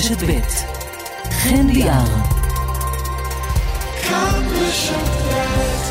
רשת ב' חן ביאר. כאן רשת ב'.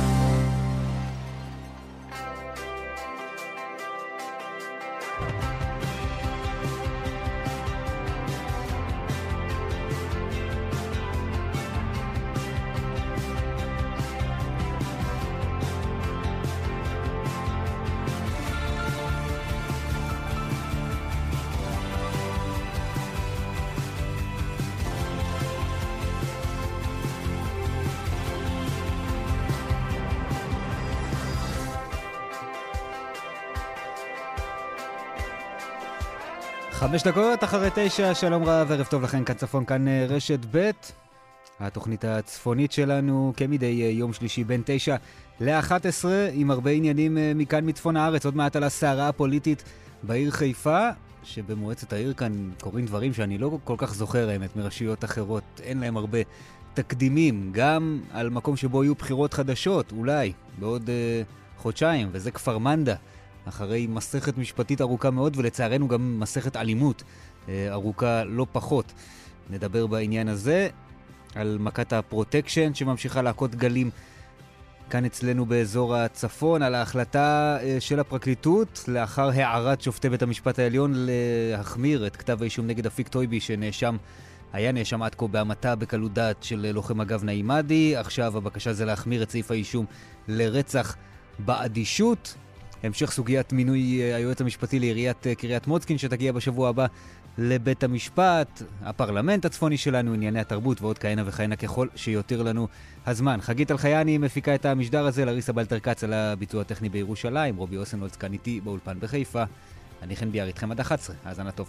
חמש דקות אחרי 9, שלום רב, ערב טוב לכם, כאן צפון, כאן רשת ב'. התוכנית הצפונית שלנו כמדי יום שלישי בין 9 ל-11 עם הרבה עניינים מכאן מצפון הארץ. עוד מעט על הסערה הפוליטית בעיר חיפה, שבמועצת העיר כאן קוראים דברים שאני לא כל כך זוכר האמת מרשויות אחרות, אין להם הרבה תקדימים, גם על מקום שבו יהיו בחירות חדשות, אולי בעוד חודשיים, וזה כפר מנדה. אחרי מסכת משפטית ארוכה מאוד, ולצערנו גם מסכת אלימות ארוכה לא פחות. נדבר בעניין הזה, על מכת הפרוטקשן שממשיכה להכות גלים כאן אצלנו באזור הצפון, על ההחלטה של הפרקליטות, לאחר הערת שופטי בית המשפט העליון להחמיר את כתב האישום נגד אפיק טויבי, היה נאשם עד כה בהמתה בקלות דעת של לוחם מג"ב נעים עדי. עכשיו הבקשה זה להחמיר את סעיף האישום לרצח באדישות. המשך סוגיית מינוי היועץ המשפטי לעיריית קריית מוצקין שתגיע בשבוע הבא לבית המשפט, הפרלמנט הצפוני שלנו, ענייני התרבות ועוד כהנה וכהנה ככל שיותר לנו הזמן. חגית אלחייני מפיקה את המשדר הזה, לריסה בלטרקץ על הביצוע הטכני בירושלים, רובי אוסנולץ כאן איתי באולפן בחיפה. אני חן ביאר איתכם עד 11, האזנה טובה.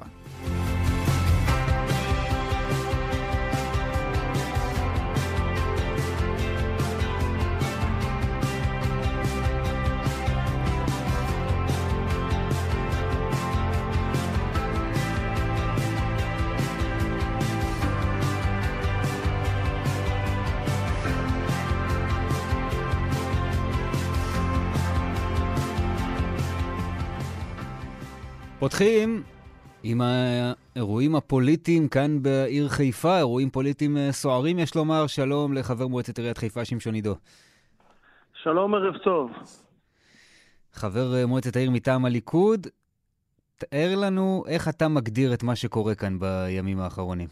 פותחים עם האירועים הפוליטיים כאן בעיר חיפה, אירועים פוליטיים סוערים יש לומר. שלום לחבר מועצת עיריית חיפה שמשון עידו. שלום, ערב טוב. חבר מועצת העיר מטעם הליכוד, תאר לנו איך אתה מגדיר את מה שקורה כאן בימים האחרונים.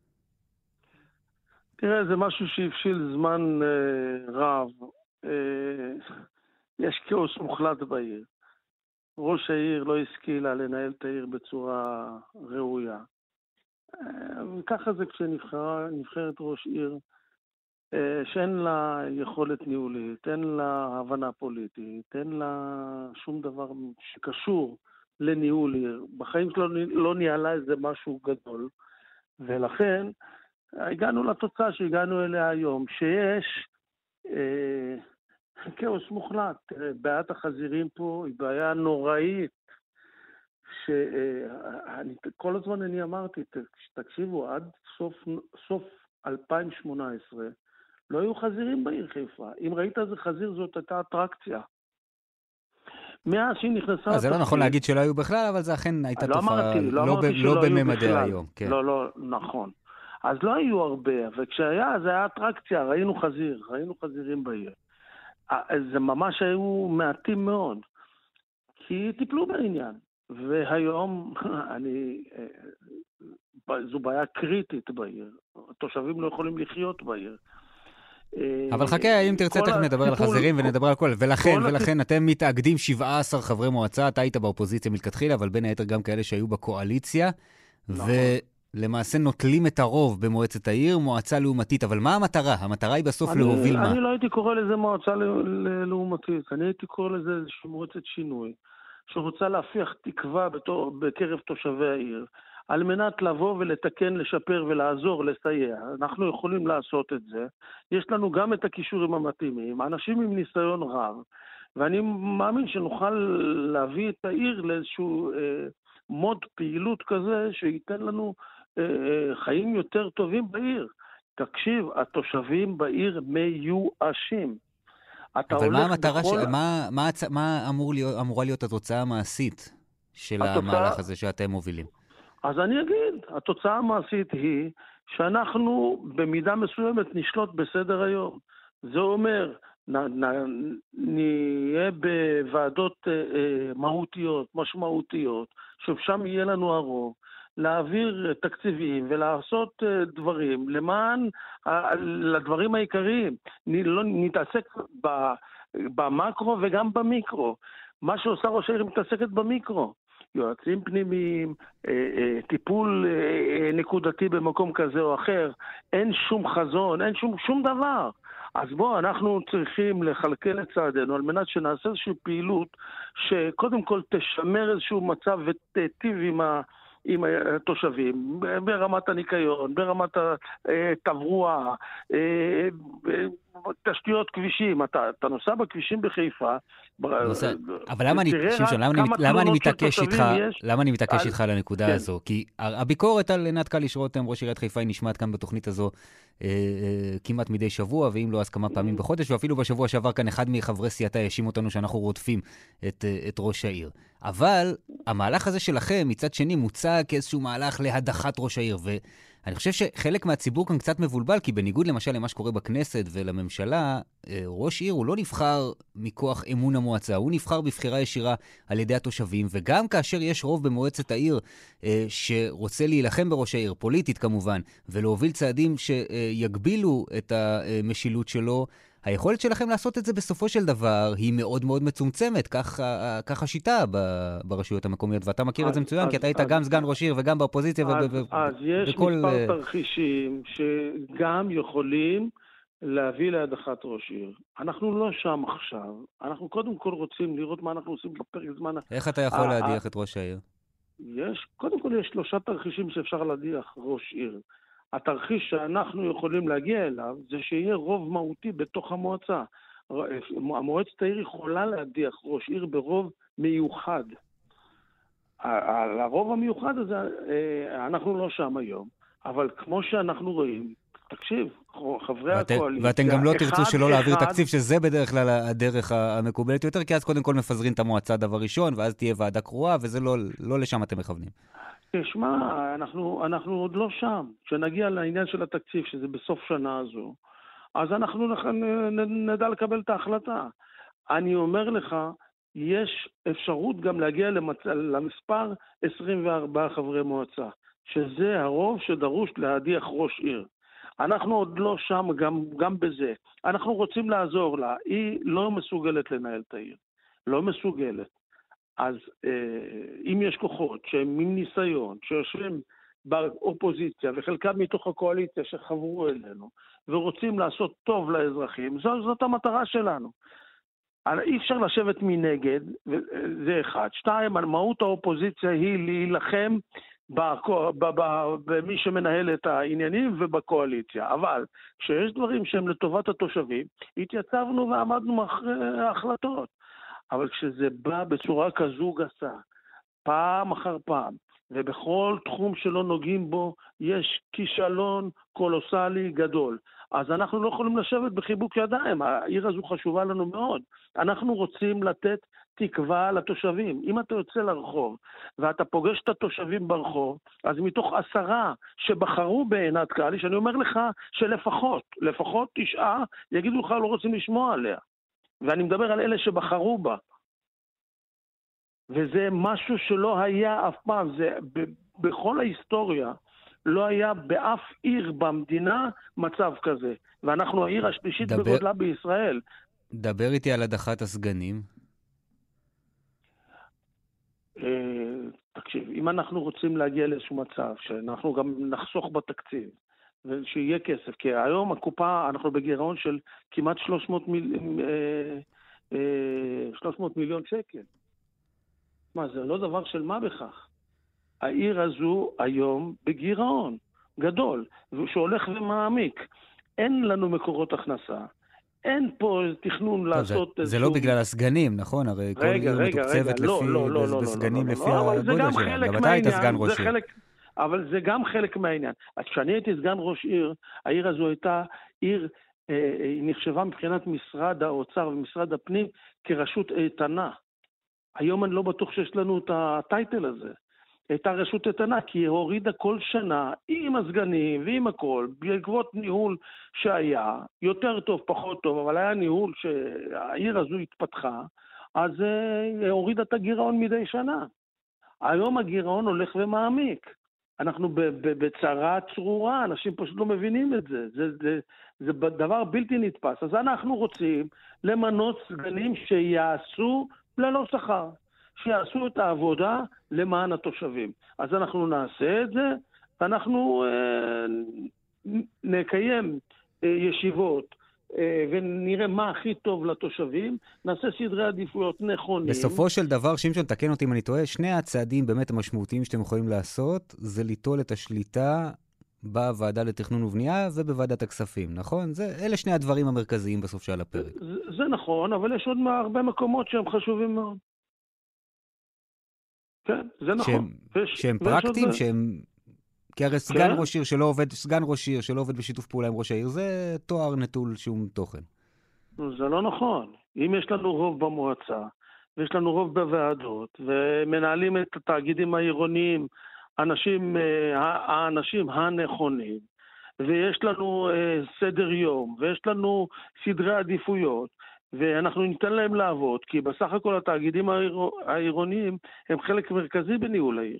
תראה, זה משהו שהבשיל זמן רב. יש כאוס מוחלט בעיר. ראש העיר לא השכילה לנהל את העיר בצורה ראויה. ככה זה כשנבחרת ראש עיר שאין לה יכולת ניהולית, אין לה הבנה פוליטית, אין לה שום דבר שקשור לניהול עיר. בחיים שלו לא ניהלה איזה משהו גדול, ולכן הגענו לתוצאה שהגענו אליה היום, שיש כאוס מוחלט. בעיית החזירים פה היא בעיה נוראית, כל הזמן אני אמרתי, תקשיבו, עד סוף 2018 לא היו חזירים בעיר חיפה. אם ראית איזה חזיר, זאת הייתה אטרקציה. מאז שהיא נכנסה... זה לא נכון להגיד שלא היו בכלל, אבל זה אכן הייתה תופעה לא בממדי היום. לא, נכון. אז לא היו הרבה, וכשהיה, זה היה אטרקציה, ראינו חזירים בעיר. זה ממש היו מעטים מאוד, כי טיפלו בעניין. והיום זו בעיה קריטית בעיר. התושבים לא יכולים לחיות בעיר. אבל חכה, אם תרצה תכף נדבר על החזירים ונדבר על כל... ולכן אתם מתאגדים 17 חברי מועצה, אתה היית באופוזיציה מלכתחילה, אבל בין היתר גם כאלה שהיו בקואליציה, ולמעשה נוטלים את הרוב במועצת העיר, מועצה לעומתית. אבל מה המטרה? המטרה היא בסוף להוביל מה? אני לא הייתי קורא לזה מועצה לעומתית, אני הייתי קורא לזה איזושהי מועצת שינוי, שרוצה להפיח תקווה בקרב תושבי העיר, על מנת לבוא ולתקן, לשפר ולעזור, לסייע. אנחנו יכולים לעשות את זה. יש לנו גם את הכישורים המתאימים, אנשים עם ניסיון רב, ואני מאמין שנוכל להביא את העיר לאיזשהו מוד פעילות כזה, שייתן לנו חיים יותר טובים בעיר. תקשיב, התושבים בעיר מיואשים. אבל מה המטרה, מה אמורה להיות התוצאה המעשית של המהלך הזה שאתם מובילים? אז אני אגיד, התוצאה המעשית היא שאנחנו במידה מסוימת נשלוט בסדר היום. זה אומר, נהיה בוועדות מהותיות, משמעותיות, ששם יהיה לנו הרוב, להעביר תקציבים ולעשות דברים למען לדברים העיקריים. לא נתעסק במקרו וגם במיקרו. מה שעושה ראש העיר מתעסקת במיקרו. יועצים פנימיים, טיפול נקודתי במקום כזה או אחר, אין שום חזון, אין שום דבר. אז בוא, אנחנו צריכים לחלקל את צעדינו על מנת שנעשה איזושהי פעילות שקודם כל תשמר איזשהו מצב ותיטיב עם התושבים, ברמת הניקיון, ברמת התברואה, תשתיות כבישים. אתה נוסע בכבישים בחיפה, אבל למה אני מתעקש איתך על הנקודה הזו? כי הביקורת על עינת קליש רותם, ראש עיריית חיפה, היא נשמעת כאן בתוכנית הזו כמעט מדי שבוע, ואם לא אז כמה פעמים בחודש, ואפילו בשבוע שעבר כאן אחד מחברי סיעתה האשים אותנו שאנחנו רודפים את ראש העיר. אבל המהלך הזה שלכם מצד שני מוצג כאיזשהו מהלך להדחת ראש העיר, ואני חושב שחלק מהציבור כאן קצת מבולבל, כי בניגוד למשל למה שקורה בכנסת ולממשלה, ראש עיר הוא לא נבחר מכוח אמון המועצה, הוא נבחר בבחירה ישירה על ידי התושבים, וגם כאשר יש רוב במועצת העיר שרוצה להילחם בראש העיר, פוליטית כמובן, ולהוביל צעדים שיגבילו את המשילות שלו, היכולת שלכם לעשות את זה בסופו של דבר היא מאוד מאוד מצומצמת, כך השיטה ברשויות המקומיות, ואתה מכיר את זה מצוין, כי אתה היית גם סגן ראש עיר וגם באופוזיציה. אז יש מספר תרחישים שגם יכולים להביא להדחת ראש עיר. אנחנו לא שם עכשיו, אנחנו קודם כל רוצים לראות מה אנחנו עושים בפרק זמן. איך אתה יכול להדיח את ראש העיר? קודם כל יש 3 תרחישים שאפשר להדיח ראש עיר. התרחיש שאנחנו יכולים להגיע אליו זה שיהיה רוב מהותי בתוך המועצה. המועצת העיר יכולה להדיח ראש עיר ברוב מיוחד. על הרוב המיוחד הזה אנחנו לא שם היום, אבל כמו שאנחנו רואים, תקשיב, חברי הקואליציה... ואתם גם לא תרצו שלא להעביר תקציב, שזה בדרך כלל הדרך המקובלת יותר, כי אז קודם כל מפזרים את המועצה דבר ראשון, ואז תהיה ועדה קרואה, וזה לא לשם אתם מכוונים. תשמע, אנחנו עוד לא שם. כשנגיע לעניין של התקציב, שזה בסוף שנה הזו, אז אנחנו נדע לקבל את ההחלטה. אני אומר לך, יש אפשרות גם להגיע למספר 24 חברי מועצה, שזה הרוב שדרוש להדיח ראש עיר. אנחנו עוד לא שם גם בזה. אנחנו רוצים לעזור לה. היא לא מסוגלת לנהל את העיר. לא מסוגלת. אז אם יש כוחות שהם עם ניסיון, שיושבים באופוזיציה, וחלקם מתוך הקואליציה שחברו אלינו, ורוצים לעשות טוב לאזרחים, זאת המטרה שלנו. אי אפשר לשבת מנגד, זה אחד. 2, מהות האופוזיציה היא להילחם במי שמנהל את העניינים ובקואליציה. אבל כשיש דברים שהם לטובת התושבים, התייצבנו ועמדנו מאחורי ההחלטות. אבל כשזה בא בצורה כזו גסה, פעם אחר פעם, ובכל תחום שלא נוגעים בו, יש כישלון קולוסלי גדול. אז אנחנו לא יכולים לשבת בחיבוק ידיים. העיר הזו חשובה לנו מאוד. אנחנו רוצים לתת תקווה לתושבים. אם אתה יוצא לרחוב, ואתה פוגש את התושבים ברחוב, אז מתוך 10 שבחרו בעינת קליש, אני אומר לך שלפחות 9 יגידו לך לא רוצים לשמוע עליה. ואני מדבר על אלה שבחרו בה. וזה משהו שלא היה אף פעם. זה בכל ההיסטוריה לא היה באף עיר במדינה מצב כזה. ואנחנו העיר השלישית בגודלה בישראל. דבר איתי על הדחת הסגנים. תקשיב, אם אנחנו רוצים להגיע לאיזשהו מצב שאנחנו גם נחסוך בתקציב, ושיהיה כסף, כי היום הקופה, אנחנו בגירעון של כמעט 300 מיליון שקל. מה, זה לא דבר של מה בכך. העיר הזו היום בגירעון גדול, שהולך ומעמיק. אין לנו מקורות הכנסה. אין פה תכנון לעשות... זה לא בגלל הסגנים, נכון? הרי כל עיר מתוקצבת בסגנים לפי הגודל שלה. גם אתה היית סגן ראש עיר. אבל זה גם חלק מהעניין. אז כשאני הייתי סגן ראש עיר, העיר הזו הייתה עיר, היא נחשבה מבחינת משרד האוצר ומשרד הפנים כרשות איתנה. היום אני לא בטוח שיש לנו את הטייטל הזה. הייתה רשות איתנה, כי היא הורידה כל שנה עם הסגנים ועם הכל, בעקבות ניהול שהיה, יותר טוב, פחות טוב, אבל היה ניהול שהעיר הזו התפתחה, אז הורידה את הגירעון מדי שנה. היום הגירעון הולך ומעמיק. אנחנו בצרה צרורה, אנשים פשוט לא מבינים את זה. זה דבר בלתי נתפס. אז אנחנו רוצים למנות סגנים שיעשו ללא שכר, שיעשו את העבודה למען התושבים. אז אנחנו נעשה את זה, ואנחנו נקיים ישיבות, ונראה מה הכי טוב לתושבים, נעשה סדרי עדיפויות נכונים. בסופו של דבר, שמשון, תקן אותי אם אני טועה, שני הצעדים באמת המשמעותיים שאתם יכולים לעשות, זה ליטול את השליטה בוועדה לתכנון ובנייה ובוועדת הכספים, נכון? אלה שני הדברים המרכזיים בסוף שעל הפרק. זה נכון, אבל יש עוד הרבה מקומות שהם חשובים מאוד. כן, זה נכון. שהם פרקטיים, שהם... כי הרי סגן ראש עיר שלא עובד בשיתוף פעולה עם ראש העיר, זה תואר נטול שום תוכן. זה לא נכון. אם יש לנו רוב במועצה, ויש לנו רוב בוועדות, ומנהלים את התאגידים העירוניים, האנשים הנכונים, ויש לנו סדר יום, ויש לנו סדרי עדיפויות, ואנחנו ניתן להם לעבוד, כי בסך הכל התאגידים העירוניים הם חלק מרכזי בניהול העיר.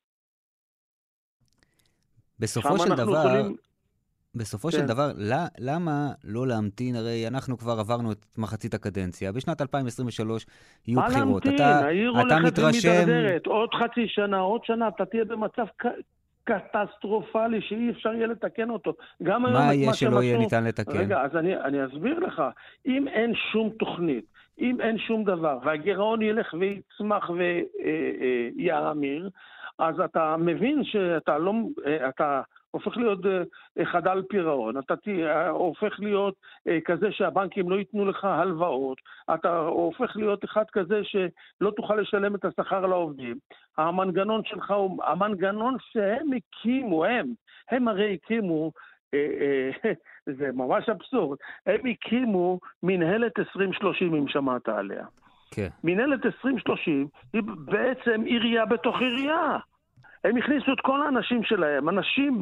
בסופו של דבר, למה לא להמתין? הרי אנחנו כבר עברנו את מחצית הקדנציה. בשנת 2023 יהיו בחירות. מה להמתין? העיר הולכת ומתדרדרת. עוד חצי שנה, עוד שנה, אתה תהיה במצב קטסטרופלי שאי אפשר יהיה לתקן אותו. מה יהיה שלא יהיה ניתן לתקן? רגע, אז אני אסביר לך. אם אין שום תוכנית, אם אין שום דבר, והגירעון ילך ויצמח ויעמיר, אז אתה מבין שאתה לא, אתה הופך להיות חדל פירעון, אתה הופך להיות כזה שהבנקים לא ייתנו לך הלוואות, אתה הופך להיות אחד כזה שלא תוכל לשלם את השכר לעובדים. המנגנון שלך הוא המנגנון שהם הקימו, הם הרי הקימו, זה ממש אבסורד, הם הקימו מנהלת 2030 אם שמעת עליה. כן. מנהלת 2030 היא בעצם עירייה בתוך עירייה. הם הכניסו את כל האנשים שלהם, אנשים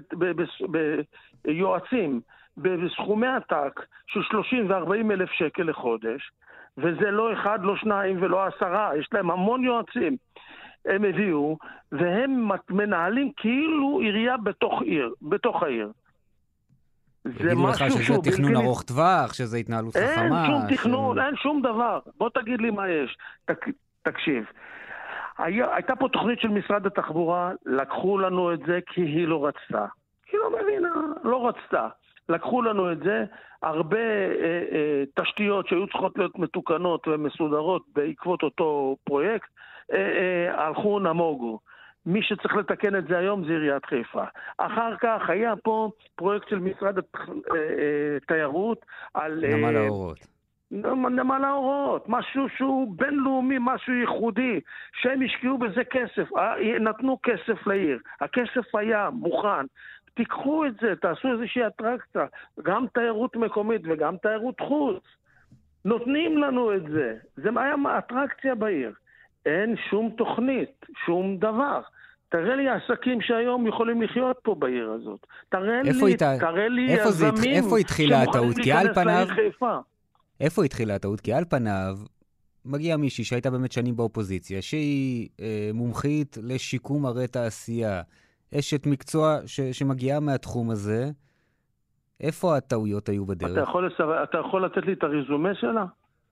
ביועצים, בסכומי עתק של 30 ו-40 אלף שקל לחודש, וזה לא אחד, לא שניים ולא 10, יש להם המון יועצים. הם הביאו, והם מנהלים כאילו עירייה בתוך העיר. יגידו לך שזה תכנון ארוך טווח, שזה התנהלות חכמה. אין שום תכנון, אין שום דבר. בוא תגיד לי מה יש. תקשיב. הייתה פה תוכנית של משרד התחבורה, לקחו לנו את זה כי היא לא רצתה. היא לא מבינה, לא רצתה. לקחו לנו את זה, הרבה תשתיות שהיו צריכות להיות מתוקנות ומסודרות בעקבות אותו פרויקט, הלכו נמוגו. מי שצריך לתקן את זה היום זה עיריית חיפה. אחר כך היה פה פרויקט של משרד התיירות על... נמל האורות. נמל האורות, משהו שהוא בינלאומי, משהו ייחודי, שהם השקיעו בזה כסף, נתנו כסף לעיר, הכסף היה מוכן, תיקחו את זה, תעשו איזושהי אטרקציה, גם תיירות מקומית וגם תיירות חוץ, נותנים לנו את זה, זה היה אטרקציה בעיר, אין שום תוכנית, שום דבר. תראה לי עסקים שהיום יכולים לחיות פה בעיר הזאת, תראה לי יזמים איפה התחילה הטעות? כי על פניו... חיפה. איפה התחילה הטעות? כי על פניו מגיעה מישהי שהייתה באמת שנים באופוזיציה, שהיא מומחית לשיקום ערי תעשייה, אשת מקצוע שמגיעה מהתחום הזה. איפה הטעויות היו בדרך? אתה יכול לתת לי את הרזומה שלה?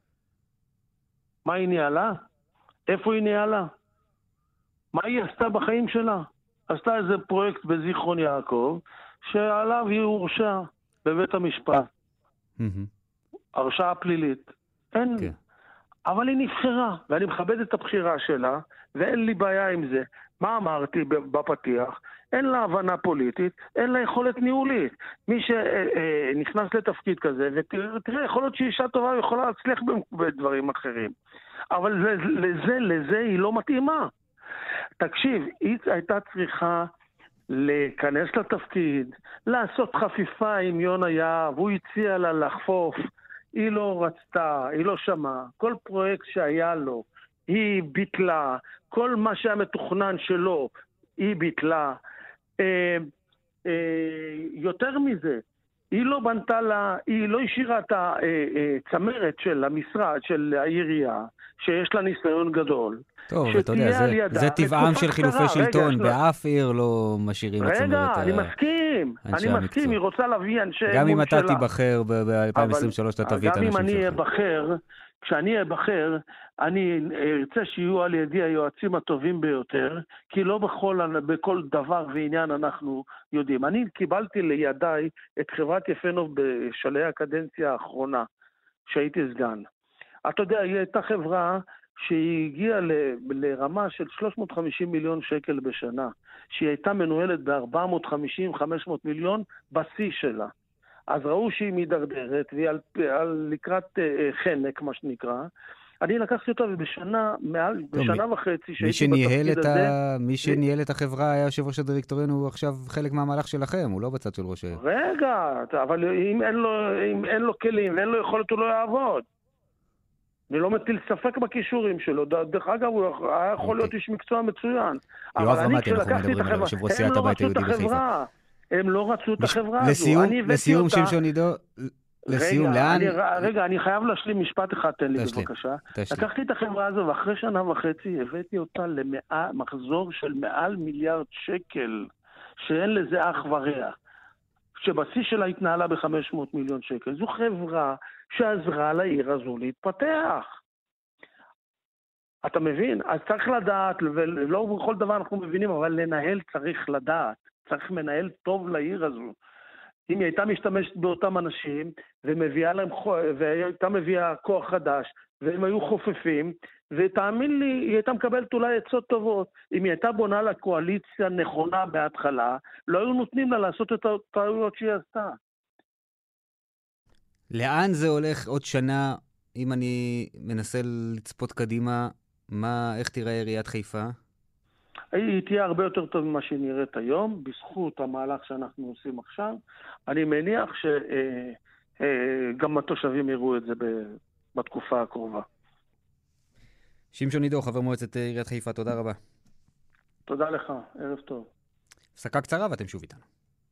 מה היא ניהלה? איפה היא ניהלה? מה היא עשתה בחיים שלה? עשתה איזה פרויקט בזיכרון יעקב, שעליו היא הורשע בבית המשפט. הרשעה פלילית. אין. כן. אבל היא נבחרה, ואני מכבד את הבחירה שלה, ואין לי בעיה עם זה. מה אמרתי בפתיח? אין לה הבנה פוליטית, אין לה יכולת ניהולית. מי שנכנס לתפקיד כזה, ותראה, יכול להיות שהיא אישה טובה ויכולה להצליח בדברים אחרים. אבל לזה היא לא מתאימה. תקשיב, היא הייתה צריכה להיכנס לתפקיד, לעשות חפיפה עם יונה יהב, הוא הציע לה לחפוף, היא לא רצתה, היא לא שמעה. כל פרויקט שהיה לו, היא ביטלה, כל מה שהיה מתוכנן שלו, היא ביטלה. יותר מזה, היא לא בנתה לה, היא לא השאירה את הצמרת של המשרד, של העירייה, שיש לה ניסיון גדול. טוב, אתה יודע, זה טבעם של חילופי שלטון, באף עיר לא משאירים את צמרת. רגע, אני מסכים, היא רוצה להביא אנשי אמון שלה. גם אם אתה תיבחר ב-2023, אתה תביא את האנשים שלך. כשאני אבחר, אני ארצה שיהיו על ידי היועצים הטובים ביותר, כי לא בכל דבר ועניין אנחנו יודעים. אני קיבלתי לידיי את חברת יפנוב בשלהי הקדנציה האחרונה, שהייתי סגן. אתה יודע, היא הייתה חברה שהיא הגיעה לרמה של 350 מיליון שקל בשנה, שהיא הייתה מנוהלת ב-450-500 מיליון בשיא שלה. אז ראו שהיא מדרדרת, והיא על לקראת חנק, מה שנקרא. אני לקחתי אותה, ובשנה וחצי שהייתי בתפקיד הזה... מי שניהל את החברה היה יושב ראש הדירקטוריון, הוא עכשיו חלק מהמהלך שלכם, הוא לא בצד של ראש העיר. רגע, אבל אם אין לו כלים ואין לו יכולת, הוא לא יעבוד. אני לא מטיל ספק בכישורים שלו. דרך אגב, הוא היה יכול להיות איש מקצוע מצוין. יואב רמתי, אנחנו מדברים על יושב ראש סיעת הבית היהודי בחיפה. הם לא רצו את החברה הזו. לסיום, שמשון עידו, רגע, אני חייב להשלים משפט אחד, תן לי בבקשה. לקחתי את החברה הזו, ואחרי שנה וחצי הבאתי אותה למחזור של מעל מיליארד שקל, שאין לזה אח ורע, שבשיא שלה התנהלה ב-500 מיליון שקל. זו חברה שעזרה לעיר הזו להתפתח. אתה מבין? אז צריך לדעת, ולא בכל דבר אנחנו מבינים, אבל לנהל צריך לדעת. צריך מנהל טוב לעיר הזו. אם היא הייתה משתמשת באותם אנשים, והייתה מביאה כוח חדש, והם היו חופפים, ותאמין לי, היא הייתה מקבלת אולי עצות טובות. אם היא הייתה בונה לה קואליציה נכונה בהתחלה, לא היו נותנים לה לעשות את הטעויות שהיא עשתה. לאן זה הולך עוד שנה, אם אני מנסה לצפות קדימה, איך תראה עיריית חיפה? היא תהיה הרבה יותר טוב ממה שהיא נראית היום, בזכות המהלך שאנחנו עושים עכשיו. אני מניח שגם התושבים יראו את זה בתקופה הקרובה. שמשון עידו, חבר מועצת עיריית חיפה, תודה רבה. תודה לך, ערב טוב. הפסקה קצרה ואתם שוב איתנו.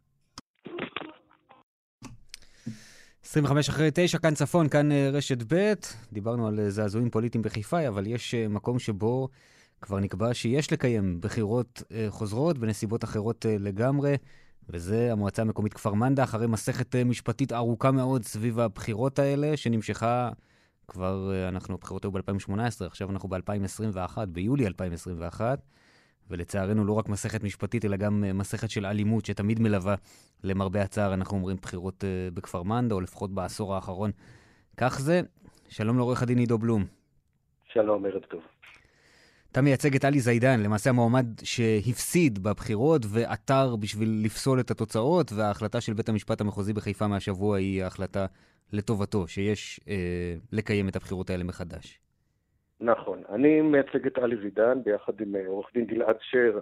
25:09, כאן צפון, כאן רשת ב'. דיברנו על זעזועים פוליטיים בחיפה, אבל יש מקום שבו כבר נקבע שיש לקיים בחירות חוזרות בנסיבות אחרות לגמרי, וזה המועצה המקומית כפר מנדה, אחרי מסכת משפטית ארוכה מאוד סביב הבחירות האלה, שנמשכה כבר, הבחירות היו ב-2018, עכשיו אנחנו ב-2021, ביולי 2021, ולצערנו לא רק מסכת משפטית, אלא גם מסכת של אלימות שתמיד מלווה למרבה הצער, אנחנו אומרים בחירות בכפר מנדה, או לפחות בעשור האחרון. כך זה. שלום לעורך הדין עידו בלום. שלום, ערב טוב. אתה מייצג את אלי זיידן, למעשה המועמד שהפסיד בבחירות ועתר בשביל לפסול את התוצאות, וההחלטה של בית המשפט המחוזי בחיפה מהשבוע היא ההחלטה לטובתו, שיש לקיים את הבחירות האלה מחדש. נכון, אני מייצג את אלי זיידן ביחד עם עורך דין גלעד שר.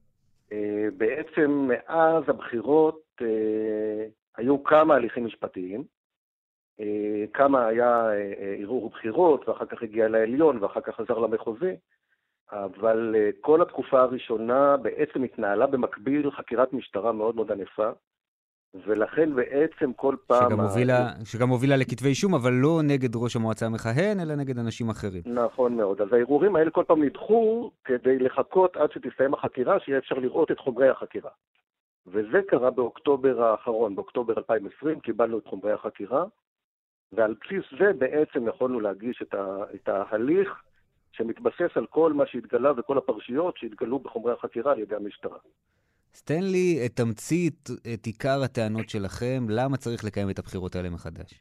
בעצם מאז הבחירות היו כמה הליכים משפטיים, כמה היה ערעור בחירות, ואחר כך הגיע לעליון, ואחר כך חזר למחוזי, אבל כל התקופה הראשונה בעצם התנהלה במקביל חקירת משטרה מאוד מאוד ענפה, ולכן בעצם כל פעם... שגם הובילה לכתבי אישום, אבל לא נגד ראש המועצה המכהן, אלא נגד אנשים אחרים. נכון מאוד. אז הערעורים האלה כל פעם נדחו כדי לחכות עד שתסתיים החקירה, שיהיה אפשר לראות את חומרי החקירה. וזה קרה באוקטובר האחרון, באוקטובר 2020, קיבלנו את חומרי החקירה, ועל בסיס זה בעצם יכולנו להגיש את ההליך שמתבסס על כל מה שהתגלה וכל הפרשיות שהתגלו בחומרי החקירה על ידי המשטרה. אז תן לי את תמצית, את עיקר הטענות שלכם, למה צריך לקיים את הבחירות האלה מחדש?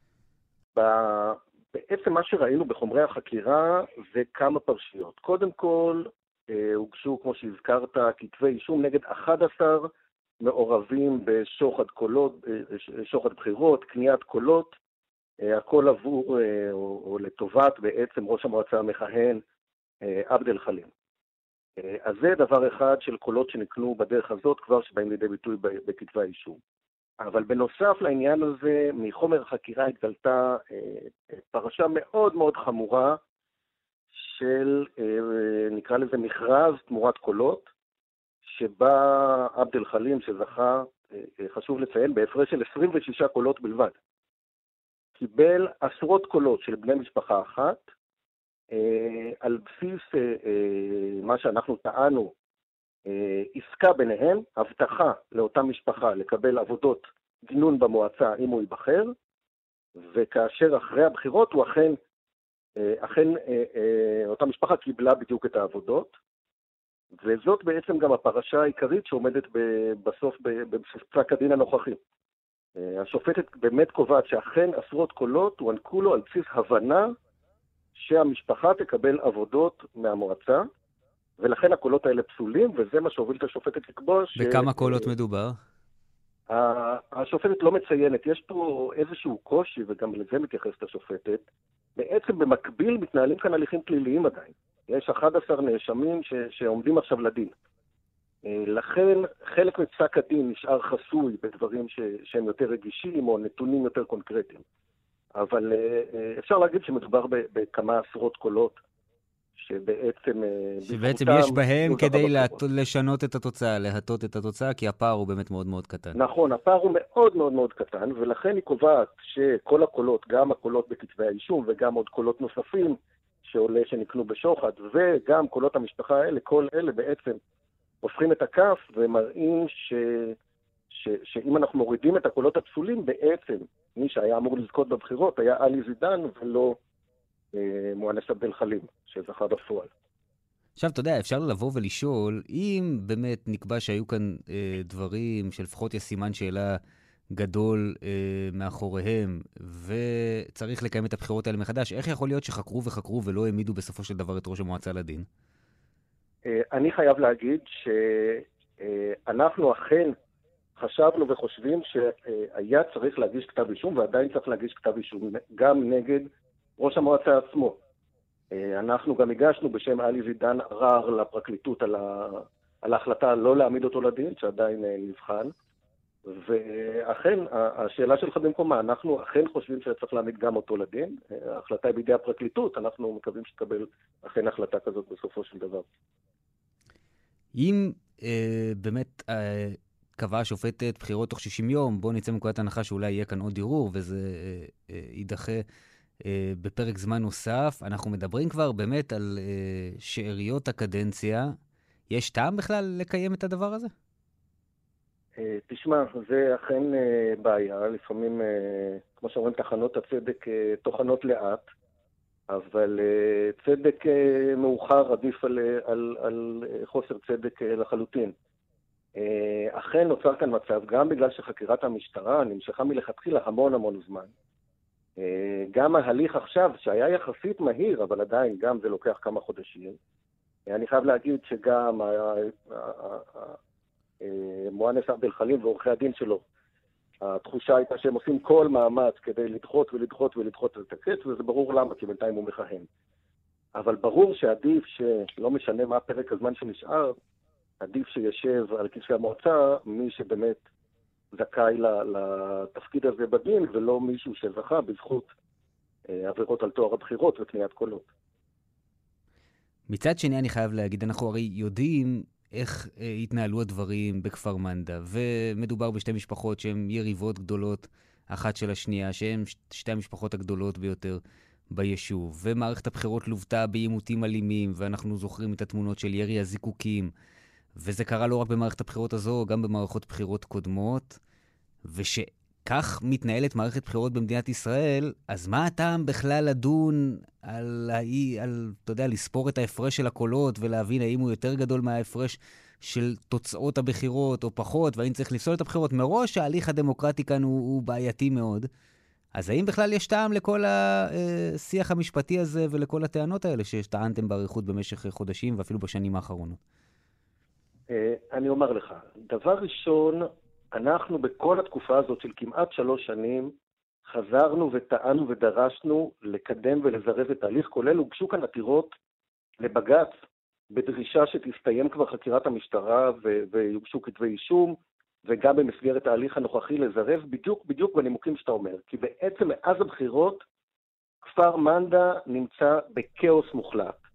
בעצם מה שראינו בחומרי החקירה זה כמה פרשיות. קודם כל, הוגשו, כמו שהזכרת, כתבי אישום נגד 11 מעורבים בשוחד קולות, שוחד בחירות, קניית קולות, הכל עבור או לטובת בעצם ראש המועצה המכהן עבד אל חלים. אז זה דבר אחד של קולות שנקנו בדרך הזאת כבר שבאים לידי ביטוי בכתבי האישום. אבל בנוסף לעניין הזה, מחומר החקירה התגלתה פרשה מאוד מאוד חמורה של, נקרא לזה מכרז תמורת קולות, שבה עבד אל חלים שזכה, חשוב לציין, בהפרש של 26 קולות בלבד. קיבל עשרות קולות של בני משפחה אחת, על בסיס מה שאנחנו טענו, עסקה ביניהם, הבטחה לאותה משפחה לקבל עבודות גינון במועצה אם הוא ייבחר, וכאשר אחרי הבחירות הוא אכן אותה משפחה קיבלה בדיוק את העבודות, וזאת בעצם גם הפרשה העיקרית שעומדת בסוף בפסק הדין הנוכחי. השופטת באמת קובעת שאכן עשרות קולות הוענקו לו על בסיס הבנה שהמשפחה תקבל עבודות מהמועצה, ולכן הקולות האלה פסולים, וזה מה שהוביל את השופטת לקבוע בכמה קולות מדובר? השופטת לא מציינת, יש פה איזשהו קושי, וגם לזה מתייחסת השופטת, בעצם במקביל מתנהלים כאן הליכים פליליים עדיין. יש 11 נאשמים שעומדים עכשיו לדין. לכן חלק מפסק הדין נשאר חסוי בדברים שהם יותר רגישים או נתונים יותר קונקרטיים. אבל אפשר להגיד שמדובר בכמה עשרות קולות שבעצם יש בהם כדי לשנות את התוצאה, להטות את התוצאה, כי הפער הוא באמת מאוד מאוד קטן. נכון, הפער הוא מאוד מאוד מאוד קטן, ולכן היא קובעת שכל הקולות, גם הקולות בכתבי האישום וגם עוד קולות נוספים שעולה שנקנו בשוחד, וגם קולות המשפחה האלה, כל אלה בעצם הופכים את הכף ומראים שאם אנחנו מורידים את הקולות הפסולים, בעצם מי שהיה אמור לזכות בבחירות היה עלי זידן ולא מואנס עבד אל חלים, שזכה בפועל. עכשיו, אתה יודע, אפשר לבוא ולשאול, אם באמת נקבע שהיו כאן דברים שלפחות יש סימן שאלה גדול מאחוריהם, וצריך לקיים את הבחירות האלה מחדש, איך יכול להיות שחקרו וחקרו ולא העמידו בסופו של דבר את ראש המועצה לדין? אני חייב להגיד שאנחנו אכן חשבנו וחושבים שהיה צריך להגיש כתב אישום, ועדיין צריך להגיש כתב אישום גם נגד ראש המועצה עצמו. אנחנו גם הגשנו בשם עלי זידן ערר לפרקליטות על ההחלטה לא להעמיד אותו לדין, שעדיין נבחן. ואכן, השאלה שלך במקומה, אנחנו אכן חושבים שצריך להעמיד גם אותו לדין. ההחלטה היא בידי הפרקליטות, אנחנו מקווים שתקבל אכן החלטה כזאת בסופו של דבר. אם באמת קבעה השופטת בחירות תוך 60 יום, בואו נצא מנקודת הנחה שאולי יהיה כאן עוד ערעור, וזה יידחה בפרק זמן נוסף. אנחנו מדברים כבר באמת על שאריות הקדנציה. יש טעם בכלל לקיים את הדבר הזה? תשמע, זה אכן בעיה. לפעמים, כמו שאומרים, תחנות הצדק תוכנות לאט, אבל צדק מאוחר עדיף על חוסר צדק לחלוטין. אכן נוצר כאן מצב, גם בגלל שחקירת המשטרה נמשכה מלכתחילה המון זמן. גם ההליך עכשיו, שהיה יחסית מהיר, אבל עדיין גם זה לוקח כמה חודשים. אני חייב להגיד שגם מואנס עבד אל חלים ועורכי הדין שלו, התחושה הייתה שהם עושים כל מאמץ כדי לדחות את הקץ, וזה ברור למה, כי בינתיים הוא מכהן. אבל ברור שעדיף שלא משנה מה פרק הזמן שנשאר, עדיף שישב על כיסא המועצה מי שבאמת זכאי לתפקיד הזה בדין, ולא מישהו שזכה בזכות עבירות על תואר הבחירות וקניית קולות. מצד שני אני חייב להגיד, אנחנו הרי יודעים איך התנהלו הדברים בכפר מנדה, ומדובר בשתי משפחות שהן יריבות גדולות אחת של השנייה, שהן שתי המשפחות הגדולות ביותר ביישוב, ומערכת הבחירות לוותה בעימותים אלימים, ואנחנו זוכרים את התמונות של ירי הזיקוקים, וזה קרה לא רק במערכת הבחירות הזו, גם במערכות בחירות קודמות, ושכך מתנהלת מערכת בחירות במדינת ישראל, אז מה הטעם בכלל לדון אתה יודע, לספור את ההפרש של הקולות, ולהבין האם הוא יותר גדול מההפרש של תוצאות הבחירות או פחות, והאם צריך לפסול את הבחירות? מראש ההליך הדמוקרטי כאן הוא בעייתי מאוד. אז האם בכלל יש טעם לכל השיח המשפטי הזה ולכל הטענות האלה שטענתם בעריכות במשך חודשים ואפילו בשנים האחרונות? אני אומר לך, דבר ראשון, אנחנו בכל התקופה הזאת של כמעט 3 שנים חזרנו וטענו ודרשנו לקדם ולזרז את ההליך, כולל הוגשו כאן עתירות לבג"ץ בדרישה שתסתיים כבר חקירת המשטרה ויוגשו כתבי אישום, וגם במסגרת ההליך הנוכחי לזרז בדיוק בנימוקים שאתה אומר. כי בעצם מאז הבחירות כפר מנדה נמצא בכאוס מוחלט.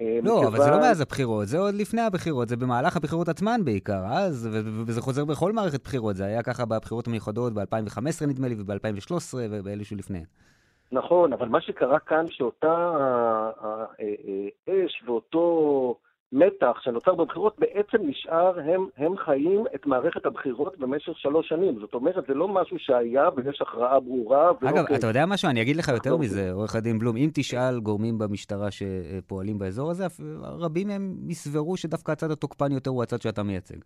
לא, אבל זה לא מאז הבחירות, זה עוד לפני הבחירות, זה במהלך הבחירות עצמן בעיקר, וזה חוזר בכל מערכת בחירות, זה היה ככה בבחירות המיוחדות ב-2015 נדמה לי, וב-2013 ובאלה שלפני. נכון, אבל מה שקרה כאן שאותה אש ואותו מתח שנוצר בבחירות בעצם נשאר, הם חיים את מערכת הבחירות במשך 3 שנים. זאת אומרת, זה לא משהו שהיה ויש הכרעה ברורה. אגב, אתה יודע משהו? אני אגיד לך יותר מזה, עורך הדין בלום, אם תשאל גורמים במשטרה שפועלים באזור הזה, רבים מהם יסברו שדווקא הצד התוקפן יותר הוא הצד שאתה מייצג.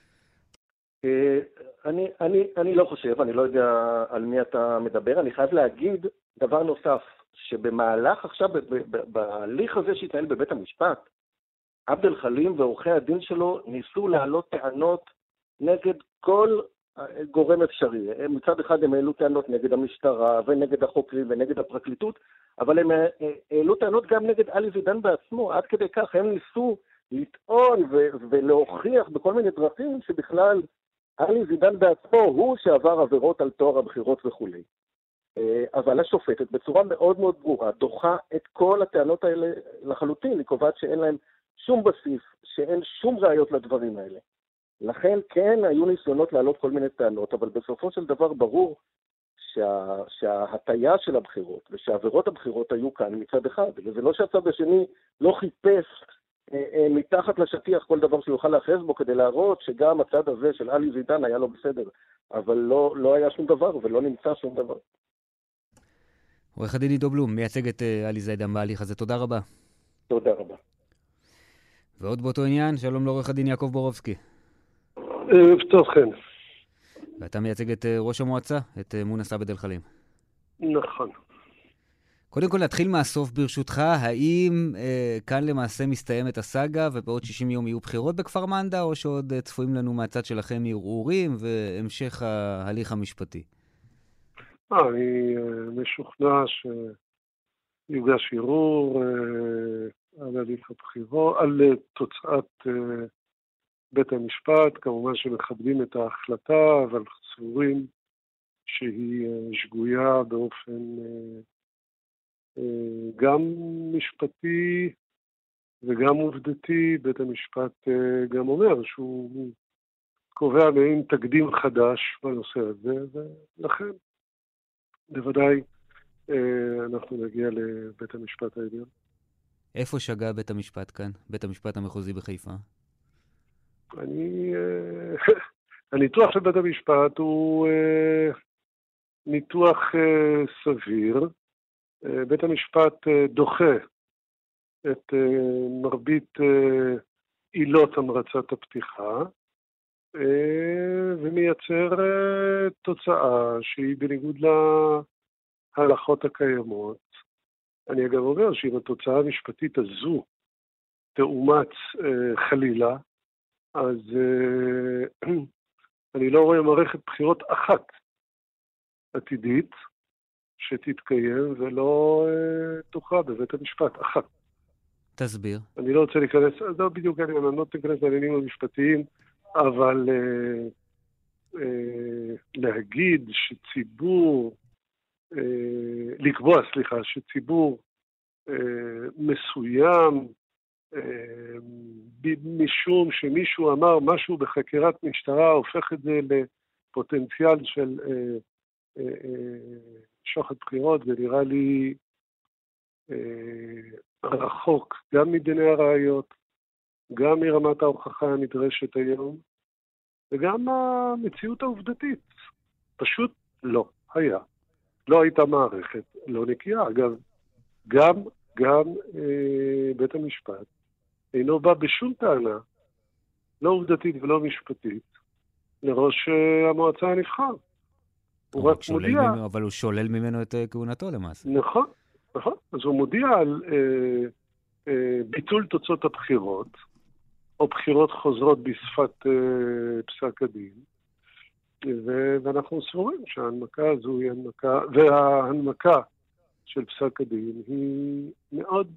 אני לא חושב, אני לא יודע על מי אתה מדבר. אני חייב להגיד דבר נוסף, שבמהלך עכשיו, בהליך הזה שהתנהל בבית המשפט, עבד אל חלים ועורכי הדין שלו ניסו להעלות טענות נגד כל גורם אפשרי. מצד אחד הם העלו טענות נגד המשטרה ונגד החוקרים ונגד הפרקליטות, אבל הם העלו טענות גם נגד אלי זידן בעצמו. עד כדי כך הם ניסו לטעון ולהוכיח בכל מיני דרכים שבכלל אלי זידן בעצמו הוא שעבר עבירות על טוהר הבחירות וכו'. אבל השופטת בצורה מאוד מאוד ברורה דוחה את כל הטענות האלה לחלוטין. היא קובעת שאין להם שום בסיס, שאין שום ראיות לדברים האלה. לכן כן היו ניסיונות להעלות כל מיני טענות, אבל בסופו של דבר ברור שההטיה של הבחירות ושעבירות הבחירות היו כאן מצד אחד, וזה לא שהצד השני לא חיפש מתחת לשטיח כל דבר שיוכל להחז בו כדי להראות שגם הצד הזה של אלי זידן היה לא בסדר, אבל לא היה שום דבר ולא נמצא שום דבר. עורך הדין עידו בלום, מייצג את אלי זידן בהליך הזה. תודה רבה. תודה רבה. ועוד באותו עניין, שלום לעורך הדין יעקב בורובסקי. טוב, כן. ואתה מייצג את ראש המועצה, את מונס עבד אל חלים. נכון. קודם כל נתחיל מהסוף ברשותך, האם כאן למעשה מסתיימת הסאגה ובעוד 60 יום יהיו בחירות בכפר מנדה, או שעוד צפויים לנו מהצד שלכם ערעורים והמשך ההליך המשפטי? אני משוכנע שיוגש ערעור על הליך הבחירות, על תוצאת בית המשפט, כמובן שמכבדים את ההחלטה, אבל סבורים שהיא שגויה באופן גם משפטי וגם עובדתי. בית המשפט גם אומר שהוא קובע מעין תקדים חדש בנושא הזה, ולכן בוודאי אנחנו נגיע לבית המשפט העליון. איפה שגה בית המשפט כאן? בית המשפט המחוזי בחיפה? הניתוח של בית המשפט הוא ניתוח סביר. בית המשפט דוחה את מרבית עילות המרצת הפתיחה, ומייצר תוצאה שהיא בניגוד להלכות הקיימות. אני אגב אומר שאם התוצאה המשפטית הזו תאומץ חלילה, אז אני לא רואה מערכת בחירות אחת עתידית שתתקיים ולא תוכרע בבית המשפט. אחת. תסביר. אני לא רוצה להיכנס, לא בדיוק, אני לא תיכנס לעניינים המשפטיים, אבל להגיד שציבור, לקבוע, שציבור מסוים, משום שמישהו אמר משהו בחקירת משטרה, הופך את זה לפוטנציאל של שוחד בחירות, ונראה לי רחוק גם מדיני הראיות, גם מרמת ההוכחה הנדרשת היום, וגם המציאות העובדתית. פשוט לא היה. לא הייתה מערכת, לא נקייה. אגב, גם בית המשפט אינו בא בשום טענה, לא עובדתית ולא משפטית, לראש המועצה הנבחר. הוא רק מודיע... אבל הוא שולל ממנו את כהונתו למעשה. נכון. אז הוא מודיע על ביטול תוצאות הבחירות, או בחירות חוזרות בשפת פסק הדין, ואנחנו סבורים שההנמקה הזו היא הנמקה, וההנמקה של פסק הדין היא מאוד,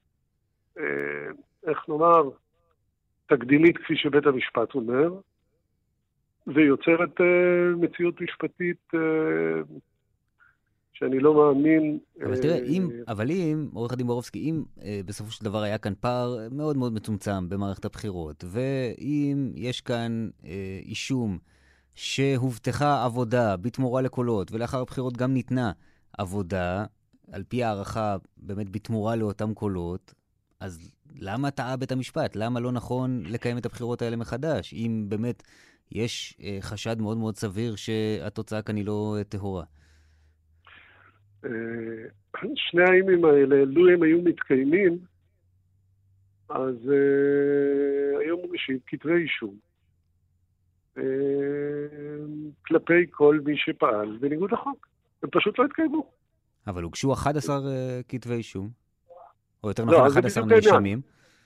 איך נאמר, תקדימית כפי שבית המשפט אומר, ויוצרת מציאות משפטית שאני לא מאמין... אבל תראה, אם, עורך הדין בורובסקי, אם בסופו של דבר היה כאן פער מאוד מאוד מצומצם במערכת הבחירות, ואם יש כאן אישום שהובטחה עבודה בתמורה לקולות, ולאחר הבחירות גם ניתנה עבודה, על פי הערכה באמת בתמורה לאותם קולות, אז למה טעה בית המשפט? למה לא נכון לקיים את הבחירות האלה מחדש? אם באמת יש חשד מאוד מאוד סביר שהתוצאה כאן היא לא טהורה. שני האימים האלה, לו הם היו מתקיימים, אז היום מוגשים כתבי אישום כלפי כל מי שפעל בניגוד לחוק. הם פשוט לא התקיימו. אבל הוגשו 11 כתבי אישום, או יותר נכון 11 נאשמים.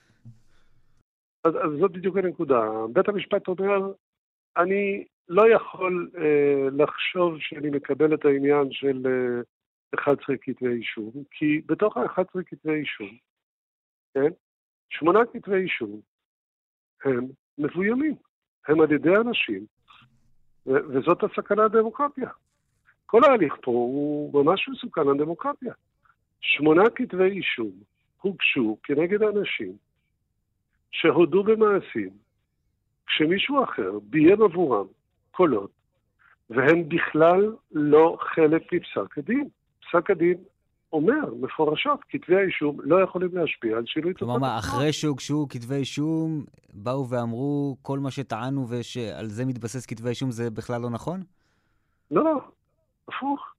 אז זאת בדיוק הנקודה. בית המשפט אומר, אני לא יכול לחשוב שאני מקבל את העניין של 11 כתבי אישום, כי בתוך ה-11 כתבי אישום, כן? 8 כתבי אישום הם מבוימים, הם על ידי אנשים, וזאת הסכנה הדמוקרטיה. כל ההליך פה הוא ממש מסוכן לדמוקרטיה. 8 כתבי אישום הוגשו כנגד אנשים שהודו במעשים, כשמישהו אחר ביים עבורם קולות, והם בכלל לא חלק מפסק הדין. פסק הדין אומר מפורשות, כתבי האישום לא יכולים להשפיע על שינוי תוצאות. כלומר, אחרי שהוגשו כתבי אישום, באו ואמרו כל מה שטענו ושעל זה מתבסס כתבי אישום, זה בכלל לא נכון? לא, הפוך.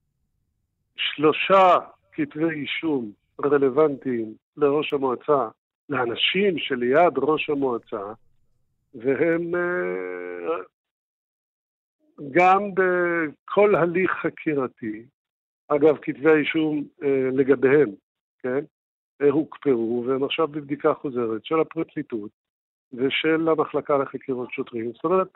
3 כתבי אישום רלוונטיים לראש המועצה, לאנשים שליד ראש המועצה, והם גם בכל הליך חקירתי, אגב, כתבי האישום לגביהם, כן, הוקפאו, והם עכשיו בבדיקה חוזרת של הפרקליטות ושל המחלקה לחקירות שוטרים. זאת אומרת,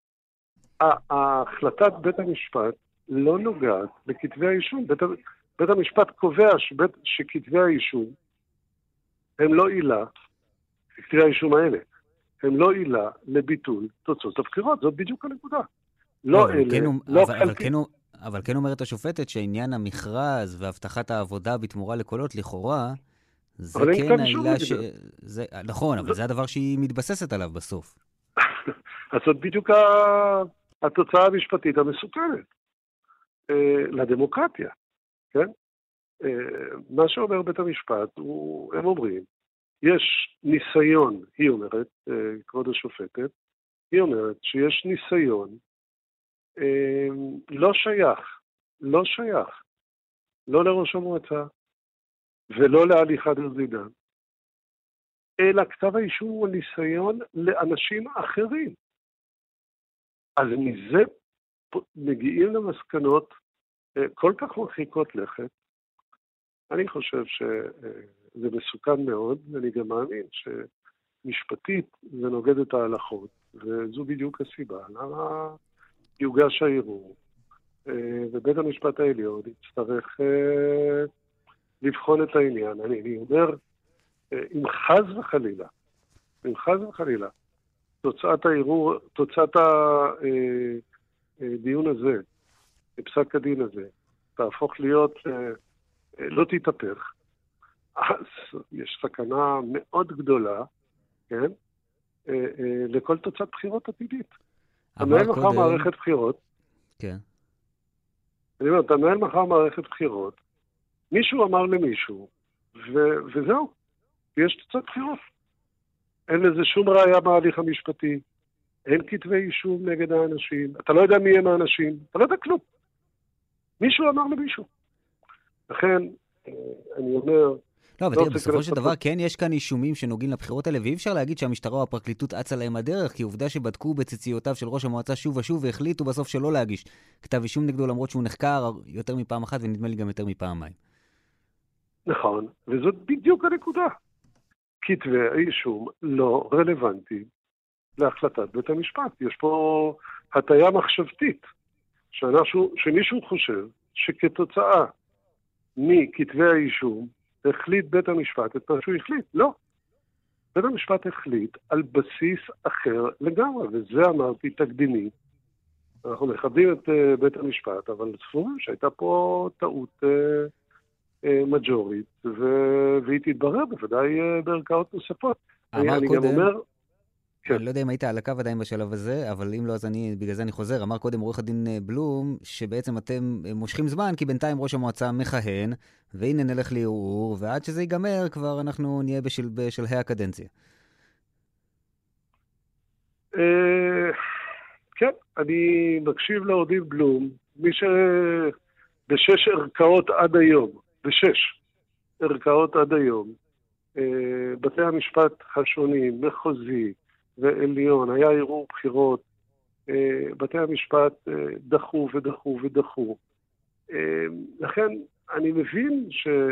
ההחלטת בית המשפט לא נוגעת לכתבי האישום. בית המשפט קובע שכתבי האישום הם לא עילה, כתבי האישום האלה, הם לא עילה לביטול תוצאות הבחירות. זאת בדיוק הנקודה. לא אלה, לא חלקי. אבל כן אומרת השופטת שעניין המכרז והבטחת העבודה בתמורה לקולות לכאורה, זה כן העילה נכון, אבל זה הדבר שהיא מתבססת עליו בסוף. אז זאת בדיוק התוצאה המשפטית המסוכנת לדמוקרטיה, כן? מה שאומר בית המשפט, הם אומרים, יש ניסיון, היא אומרת, כבוד השופטת, היא אומרת שיש ניסיון לא שייך, לא לראש המועצה ולא להליכת הזידן, אלא כתב האישום הוא ניסיון לאנשים אחרים. אז מזה מגיעים למסקנות כל כך מרחיקות לכת. אני חושב שזה מסוכן מאוד, ואני גם מאמין שמשפטית זה נוגד את ההלכות, וזו בדיוק הסיבה. למה יוגש הערעור, ובית המשפט העליון יצטרך לבחון את העניין. אני אומר, אם חס וחלילה, תוצאת הערעור, תוצאת הדיון הזה, פסק הדין הזה, תהפוך להיות, לא תתהפך, אז יש סכנה מאוד גדולה, כן? לכל תוצאת בחירות עתידית. אתה מנהל מחר מערכת בחירות. כן. אני אומר, אתה מנהל מחר מערכת בחירות, מישהו אמר למישהו, וזהו, יש תוצאת בחירות. אין לזה שום ראייה בהליך המשפטי, אין כתבי אישום נגד האנשים, אתה לא יודע מי הם האנשים, אתה לא יודע כלום. מישהו אמר למישהו. לכן, אני אומר... לא, אבל תראה, בסופו של דבר כן יש כאן אישומים שנוגעים לבחירות האלה, ואי אפשר להגיד שהמשטרה או הפרקליטות אצה להם הדרך, כי עובדה שבדקו בציציותיו של ראש המועצה שוב ושוב, והחליטו בסוף שלא להגיש כתב אישום נגדו, למרות שהוא נחקר יותר מפעם אחת, ונדמה לי גם יותר מפעמיים. נכון, וזאת בדיוק הנקודה. כתבי האישום לא רלוונטיים להחלטת בית המשפט. יש פה הטיה מחשבתית, שמישהו חושב שכתוצאה מכתבי האישום החליט בית המשפט את מה שהוא החליט. לא. בית המשפט החליט על בסיס אחר לגמרי, וזה אמרתי תקדימי, אנחנו מכבדים את בית המשפט, אבל סבורים שהייתה פה טעות מג'ורית, והיא תתברר בוודאי בערכאות נוספות. אמר קודם, כן. אני לא יודע אם היית על הקו עדיין בשלב הזה, אבל אם לא, אז בגלל זה אני חוזר. אמר קודם עורך הדין בלום, שבעצם אתם מושכים זמן, כי בינתיים ראש המועצה מכהן, והנה נלך לערעור, ועד שזה ייגמר כבר אנחנו נהיה בשלהי הקדנציה. כן, אני מקשיב לעורך דין בלום, מי שבשש ערכאות עד היום, בתי המשפט השונים, מחוזי ועליון, היה ערעור בחירות, בתי המשפט דחו ודחו ודחו. לכן אני מבין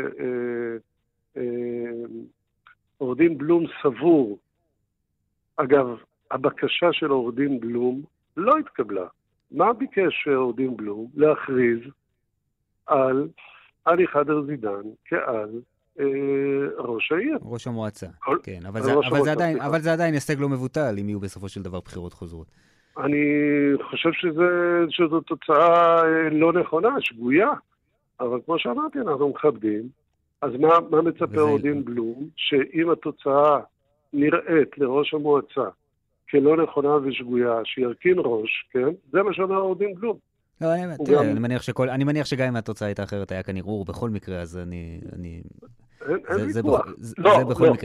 שעורך דין בלום סבור, אגב, הבקשה של עורך דין בלום לא התקבלה. מה ביקש עורך דין בלום? להכריז על עלי חדר זידן כעל ראש העיר. ראש המועצה, כן. אבל זה עדיין הישג לא מבוטל, אם יהיו בסופו של דבר בחירות חוזרות. אני חושב שזו תוצאה לא נכונה, שגויה. אבל כמו שאמרתי, אנחנו מכבדים. אז מה מצפה עורך דין בלום? שאם התוצאה נראית לראש המועצה כלא נכונה ושגויה, שירכין ראש, כן? זה מה שאומר עורך דין בלום. לא, אני מניח שגם אם התוצאה הייתה אחרת, היה כאן ערעור בכל מקרה, אז זה בכל מקרה.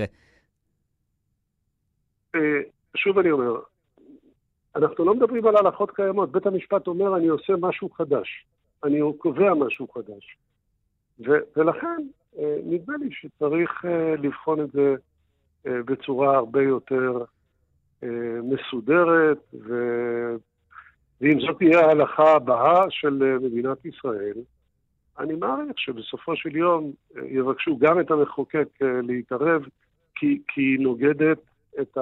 שוב אני אומר, אנחנו לא מדברים על הלכות קיימות. בית המשפט אומר, אני עושה משהו חדש. אני קובע משהו חדש. ולכן, נדמה לי שצריך לבחון את זה בצורה הרבה יותר מסודרת, ואם זאת תהיה ההלכה הבאה של מדינת ישראל, אני מעריך שבסופו של יום יבקשו גם את המחוקק להתערב, כי היא נוגדת את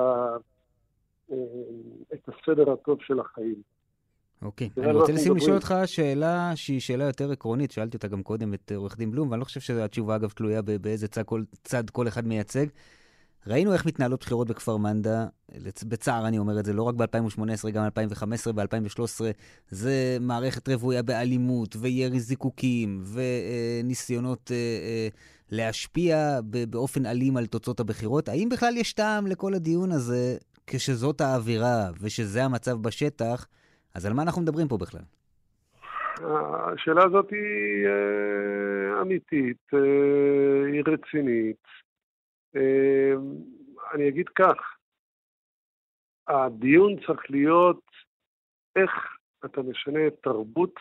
הסדר הטוב של החיים. אוקיי. אני רוצה לשאול אותך שאלה שהיא שאלה יותר עקרונית, שאלתי אותה גם קודם את עורך דין בלום, ואני לא חושב שהתשובה אגב תלויה באיזה צד כל אחד מייצג. ראינו איך מתנהלות בחירות בכפר מנדה, בצער אני אומר את זה, לא רק ב-2018, גם ב-2015, ב-2013, זה מערכת רבויה באלימות, וירי זיקוקים, וניסיונות להשפיע באופן אלים על תוצאות הבחירות. האם בכלל יש טעם לכל הדיון הזה, כשזאת האווירה, ושזה המצב בשטח, אז על מה אנחנו מדברים פה בכלל? השאלה הזאת היא אמיתית, היא רצינית. אני אגיד כך, הדיון צריך להיות איך אתה משנה את תרבות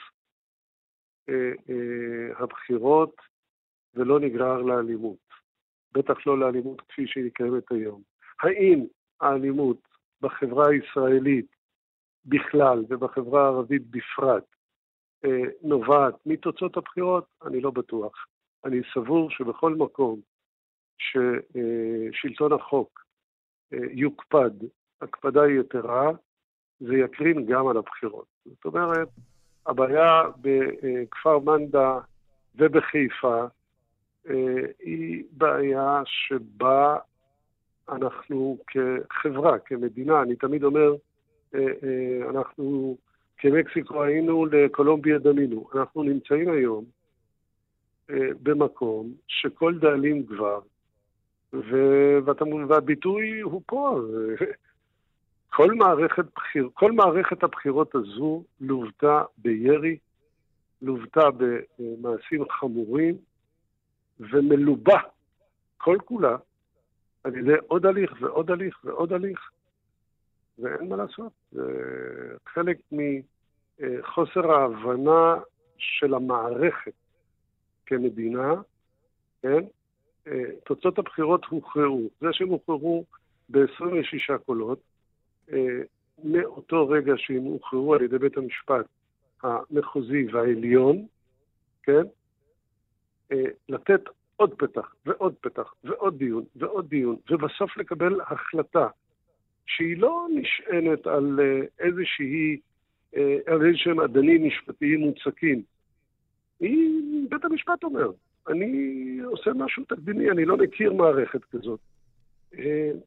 הבחירות ולא נגרר לאלימות. בטח לא לאלימות כפי שהיא קיימת היום. האם האלימות בחברה הישראלית בכלל ובחברה הערבית בפרט נובעת מתוצאות הבחירות? אני לא בטוח. אני סבור שבכל מקום ששלטון החוק יוקפד, הקפדה יתרה, זה יקרין גם על הבחירות. זאת אומרת, הבעיה בכפר מנדה ובחיפה היא בעיה שבה אנחנו כחברה, כמדינה, אני תמיד אומר, אנחנו כמקסיקו היינו, לקולומביה דמינו. אנחנו נמצאים היום במקום שכל דאלים כבר, והביטוי הוא פה. כל מערכת הבחירות הזו לוותה בירי, לוותה במעשים חמורים, ומלובה כל כולה על ידי עוד הליך ועוד הליך ועוד הליך, ואין מה לעשות. זה חלק מחוסר ההבנה של המערכת כמדינה, כן? תוצאות הבחירות הוכרעו. זה שהם הוכרעו ב-26 קולות, מאותו רגע שהם הוכרעו על ידי בית המשפט המחוזי והעליון, כן? לתת עוד פתח ועוד פתח ועוד דיון ועוד דיון, ובסוף לקבל החלטה שהיא לא נשענת על איזשהם עדנים משפטיים מוצקים. בית המשפט אומר, אני עושה משהו תקדימי, אני לא מכיר מערכת כזאת.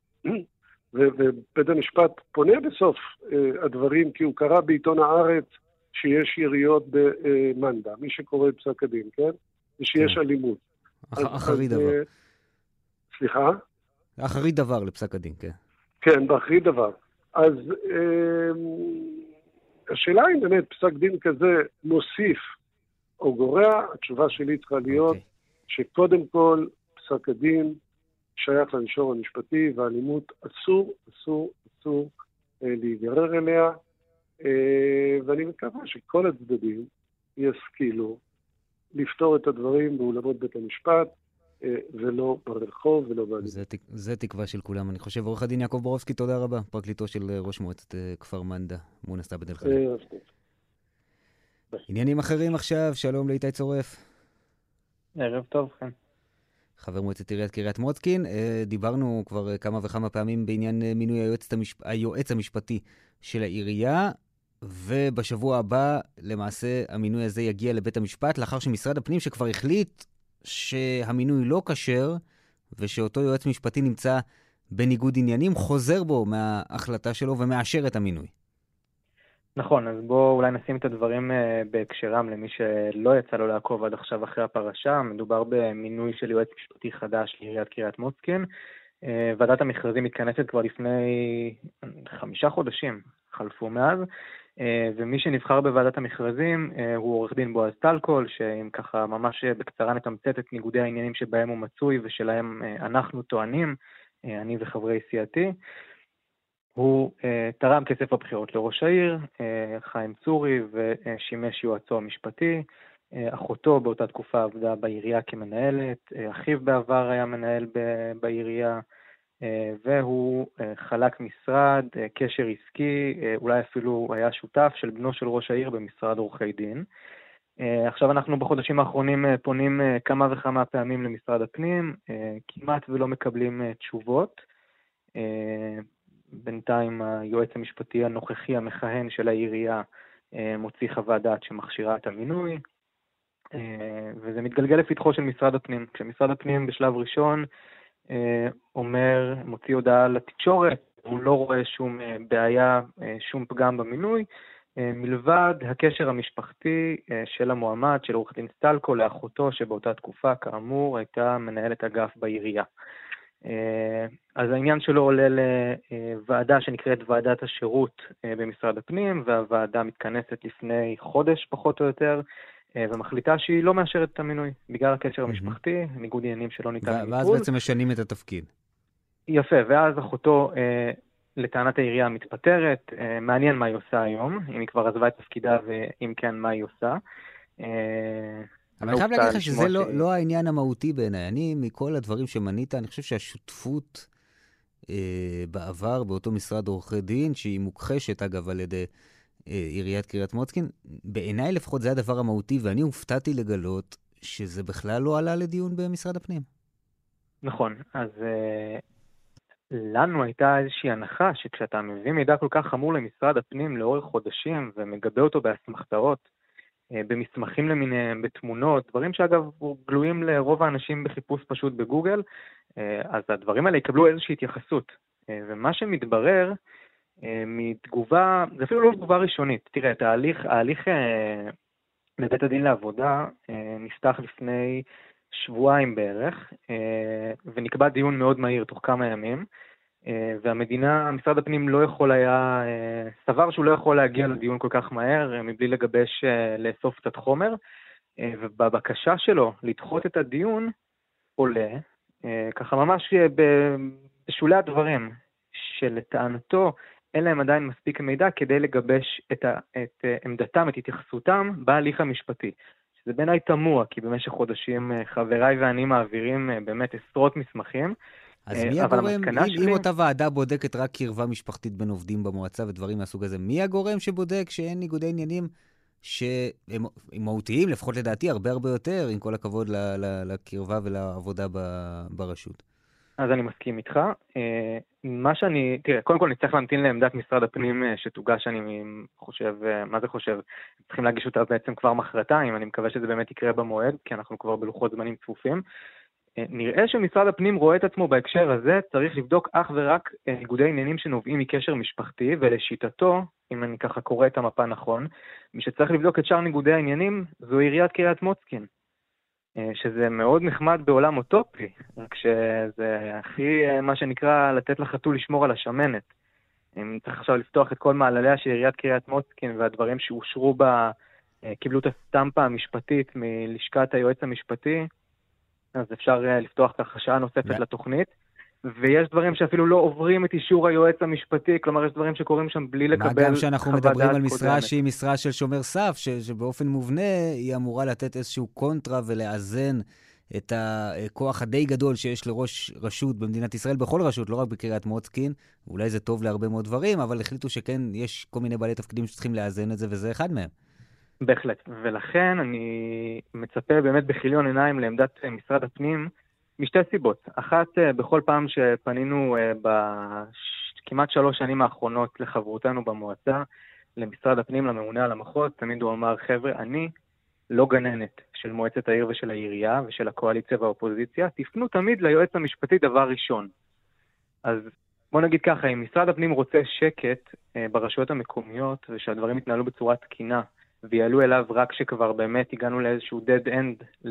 ובית המשפט פונה בסוף הדברים, כי הוא קרא בעיתון הארץ שיש יריות במנדה, מי שקורא פסק הדין, כן? ושיש אלימות. אחרי דבר. סליחה? אחרי דבר לפסק הדין, כן. כן, באחרי דבר. אז השאלה אם באמת פסק דין כזה מוסיף או גורע, התשובה שלי צריכה להיות שקודם כל פסק הדין שייך למישור המשפטי, והאלימות אסור להיגרר אליה, ואני מקווה שכל הצדדים ישכילו לפתור את הדברים באולמות בית המשפט, ולא ברחוב ולא בעלים. זה תקווה של כולם. אני חושב, עורך הדין יעקב בורובסקי, תודה רבה, פרקליטו של ראש מועצת כפר מנדה, מונס עבד אל-חליל. עניינים אחרים עכשיו, שלום לאיתי צורף. ערב טוב, כן. חבר מועצת עיריית קריית מוצקין, דיברנו כבר כמה וכמה פעמים בעניין מינוי היועץ המשפטי של העירייה, ובשבוע הבא למעשה המינוי הזה יגיע לבית המשפט, לאחר שמשרד הפנים שכבר החליט שהמינוי לא כשר, ושאותו יועץ משפטי נמצא בניגוד עניינים, חוזר בו מההחלטה שלו ומאשר את המינוי. נכון, אז בואו אולי נשים את הדברים בהקשרם למי שלא יצא לו לעקוב עד עכשיו אחרי הפרשה. מדובר במינוי של יועץ משפטי חדש לעיריית קריית מוצקין. ועדת המכרזים מתכנסת כבר לפני 5 חודשים, חלפו מאז, ומי שנבחר בוועדת המכרזים הוא עורך דין בועז טלקול, שאם ככה ממש בקצרה נתמצת את ניגודי העניינים שבהם הוא מצוי ושלהם אנחנו טוענים, אני וחברי סיעתי. הוא תרם כסף הבחירות לראש העיר, חיים צורי, ושימש יועצו המשפטי. אחותו באותה תקופה עבדה בעירייה כמנהלת, אחיו בעבר היה מנהל בעירייה, והוא חלק משרד, קשר עסקי, אולי אפילו היה שותף של בנו של ראש העיר במשרד עורכי דין. עכשיו אנחנו בחודשים האחרונים פונים כמה וכמה פעמים למשרד הפנים, כמעט ולא מקבלים תשובות. בינתיים היועץ המשפטי הנוכחי המכהן של העירייה מוציא חוות דעת שמכשירה את המינוי, וזה מתגלגל לפתחו של משרד הפנים. כשמשרד הפנים בשלב ראשון מוציא הודעה לתקשורת, הוא לא רואה שום בעיה, שום פגם במינוי, מלבד הקשר המשפחתי של המועמד, של עורך דין טלקול, לאחותו שבאותה תקופה כאמור הייתה מנהלת אגף בעירייה. אז העניין שלו עולה לוועדה שנקראת ועדת השירות במשרד הפנים, והוועדה מתכנסת לפני חודש פחות או יותר, ומחליטה שהיא לא מאשרת את המינוי, בגלל הקשר המשפחתי, ניגוד עניינים שלא ניתן לניגוד. ואז בעצם משנים את התפקיד. יפה, ואז אחותו לטענת העירייה מתפטרת, מעניין מה היא עושה היום, אם היא כבר עזבה את תפקידה ואם כן מה היא עושה. אבל אני חייב להגיד לך שזה לא העניין המהותי בעיניי. אני, מכל הדברים שמנית, אני חושב שהשותפות בעבר באותו משרד עורכי דין, שהיא מוכחשת אגב על ידי עיריית קריית מוצקין, בעיניי לפחות זה הדבר המהותי, ואני הופתעתי לגלות שזה בכלל לא עלה לדיון במשרד הפנים. נכון, אז לנו הייתה איזושהי הנחה שכשאתה מביא מידע כל כך חמור למשרד הפנים לאורך חודשים ומגבה אותו בהסמכתאות, במסמכים למיניהם, בתמונות, דברים שאגב גלויים לרוב האנשים בחיפוש פשוט בגוגל, אז הדברים האלה יקבלו איזושהי התייחסות. ומה שמתברר מתגובה, זה אפילו לא תגובה ראשונית. תראה, ההליך בבית הדין לעבודה נפתח לפני שבועיים בערך, ונקבע דיון מאוד מהיר תוך כמה ימים, והמדינה, משרד הפנים לא יכול היה, סבר שהוא לא יכול להגיע לדיון כל כך מהר, מבלי לגבש, לאסוף קצת חומר, ובבקשה שלו לדחות את הדיון עולה, ככה ממש בשולי הדברים, שלטענתו אין להם עדיין מספיק מידע כדי לגבש את עמדתם, את התייחסותם בהליך המשפטי. שזה בעיניי תמוה, כי במשך חודשים חבריי ואני מעבירים באמת עשרות מסמכים, אז מי הגורם, אם אותה ועדה בודקת רק קרבה משפחתית בין עובדים במועצה ודברים מהסוג הזה, מי הגורם שבודק שאין ניגודי עניינים שהם מהותיים, לפחות לדעתי, הרבה יותר, עם כל הכבוד לקרבה ולעבודה ברשות? אז אני מסכים איתך. תראה, קודם כל נצטרך להמתין לעמדת משרד הפנים שתוגש, אני חושב, מה זה חושב? צריכים להגיש אותה בעצם כבר מחרתיים, אני מקווה שזה באמת יקרה במועד, כי אנחנו כבר בלוחות זמנים צפופים. נראה שמשרד הפנים רואה את עצמו בהקשר הזה, צריך לבדוק אך ורק ניגודי עניינים שנובעים מקשר משפחתי, ולשיטתו, אם אני ככה קורא את המפה נכון, מי שצריך לבדוק את שאר ניגודי העניינים, זו עיריית קריית מוצקין. שזה מאוד נחמד בעולם אוטופי, רק שזה הכי, מה שנקרא, לתת לחתול לשמור על השמנת. אם צריך עכשיו לפתוח את כל מעלליה של עיריית קריית מוצקין, והדברים שאושרו בה, קיבלו את הסטמפה המשפטית מלשכת היועץ המשפטי, אז אפשר לפתוח ככה שעה נוספת לתוכנית, ויש דברים שאפילו לא עוברים את אישור היועץ המשפטי, כלומר יש דברים שקורים שם בלי לקבל חוות דעת קודמת. מה גם שאנחנו מדברים על משרה שהיא משרה של שומר סף, שבאופן מובנה היא אמורה לתת איזשהו קונטרה ולאזן את הכוח הדי גדול שיש לראש רשות במדינת ישראל, בכל רשות, לא רק בקריית מוצקין, אולי זה טוב להרבה מאוד דברים, אבל החליטו שכן, יש כל מיני בעלי תפקידים שצריכים לאזן את זה, וזה אחד מהם. בהחלט, ולכן אני מצפה באמת בחיליון עיניים לעמדת משרד הפנים, משתי סיבות. אחת, בכל פעם שפנינו בכמעט 3 שנים האחרונות לחברותנו במועצה, למשרד הפנים, לממונה על המחוז, תמיד הוא אמר, חבר'ה, אני לא גננת של מועצת העיר ושל העירייה ושל הקואליציה והאופוזיציה, תפנו תמיד ליועץ המשפטי דבר ראשון. אז בוא נגיד ככה, אם משרד הפנים רוצה שקט ברשויות המקומיות ושהדברים יתנהלו בצורה תקינה, ויעלו אליו רק שכבר באמת הגענו לאיזשהו dead end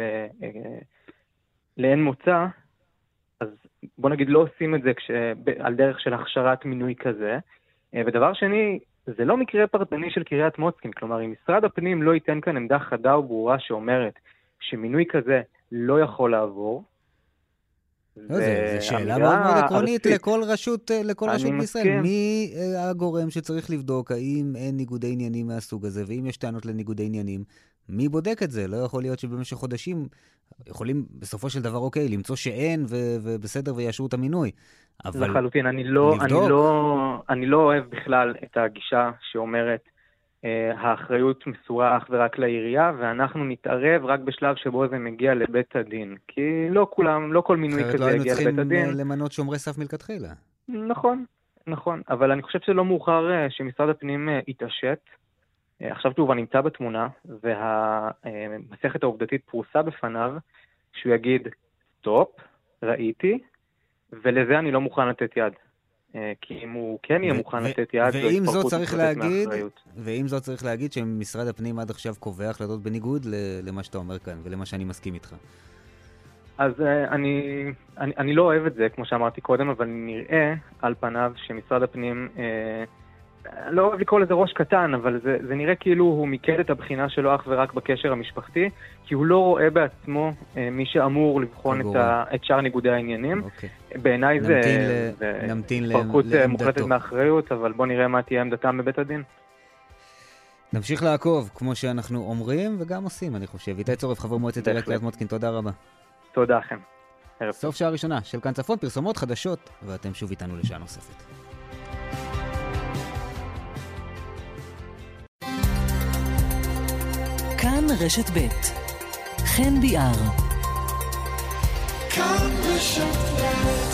לאין מוצא, אז בוא נגיד לא עושים את זה על דרך של הכשרת מינוי כזה. ודבר שני, זה לא מקרה פרטני של קריית מוצקין, כלומר אם משרד הפנים לא ייתן כאן עמדה חדה וברורה שאומרת שמינוי כזה לא יכול לעבור, זה שאלה מאוד מאוד עקרונית לכל רשות בישראל. מי הגורם שצריך לבדוק האם אין ניגודי עניינים מהסוג הזה, ואם יש טענות לניגודי עניינים, מי בודק את זה? לא יכול להיות שבמשך חודשים יכולים בסופו של דבר אוקיי, למצוא שאין ובסדר ויאשרו את המינוי. לחלוטין, אני לא אוהב בכלל את הגישה שאומרת האחריות מסורה אך ורק לעירייה, ואנחנו נתערב רק בשלב שבו זה מגיע לבית הדין. כי לא כל מינוי כזה יגיע לבית הדין. אחרת לא היינו צריכים למנות שומרי סף מלכתחילה. נכון. אבל אני חושב שלא מאוחר שמשרד הפנים יתעשת. עכשיו טוב, אני נמצא בתמונה, והמסכת העובדתית פרוסה בפניו, שהוא יגיד, סטופ, ראיתי, ולזה אני לא מוכן לתת יד. כי אם הוא כן יהיה מוכן לתת יד, ואם זאת צריך להגיד שמשרד הפנים עד עכשיו קובע החלטות בניגוד למה שאתה אומר כאן, ולמה שאני מסכים איתך. אז אני לא אוהב את זה, כמו שאמרתי קודם, אבל נראה על פניו שמשרד הפנים, לא אוהב לקרוא לזה ראש קטן, אבל זה נראה כאילו הוא מיקד את הבחינה שלו אך ורק בקשר המשפחתי, כי הוא לא רואה בעצמו מי שאמור לבחון את שאר ניגודי העניינים. בעיניי זה התפרקות מוחלטת מאחריות, אבל בוא נראה מה תהיה עמדתם בבית הדין. נמשיך לעקוב, כמו שאנחנו אומרים וגם עושים, אני חושב. איתי צורף, חבר מועצת עיריית קריית מוצקין, תודה רבה. תודה לכם. סוף שעה ראשונה של כאן צפון, פרסומות חדשות, ואתם שוב איתנו לשעה נוספת. כאן רשת ב' חן ביאר. כאן רשת ב'.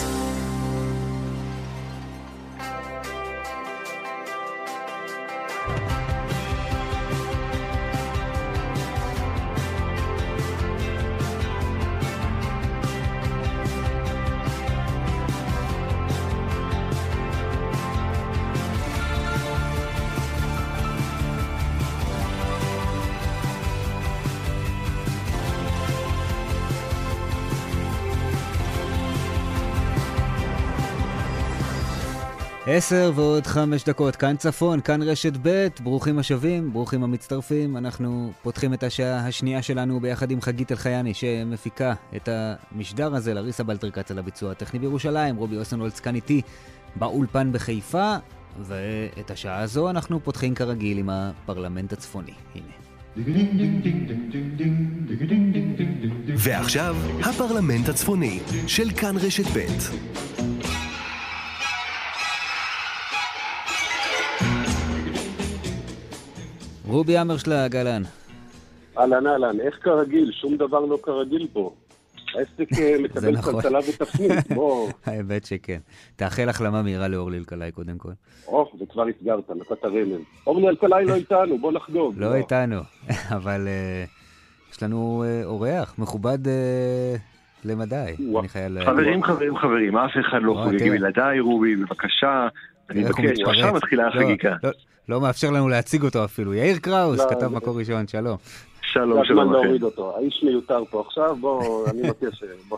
עשר ועוד 5 דקות, כאן צפון, כאן רשת ב', ברוכים השבים, ברוכים המצטרפים. אנחנו פותחים את השעה השנייה שלנו ביחד עם חגית אלחייני, שמפיקה את המשדר הזה, לריסה בלטרקץ על הביצוע הטכני בירושלים, רובי אוסנולץ כאן איתי באולפן בחיפה, ואת השעה הזו אנחנו פותחים כרגיל עם הפרלמנט הצפוני. הנה. ועכשיו, הפרלמנט הצפוני של כאן רשת ב'. רובי אמרשלג, אהלן. אהלן, איך כרגיל? שום דבר לא כרגיל פה. העסק מקבל כלכלה ותפנית, בוא. האמת שכן. תאחל החלמה מהירה לאורלי אלקלעי קודם כל. זה כבר הסגרת, נתת רמז. אורלי אלקלעי לא איתנו, בוא נחגוג. לא איתנו, אבל יש לנו אורח מכובד למדי. חברים, אף אחד לא חוגג ילדיי, רובי, בבקשה. אני מבקש, עכשיו מתחילה החגיגה. לא מאפשר לנו להציג אותו אפילו. יאיר קראוס, כתב מקור ראשון, שלום. שלום, שלום לכם. האיש מיותר פה עכשיו, בוא, אני מבקש, בוא.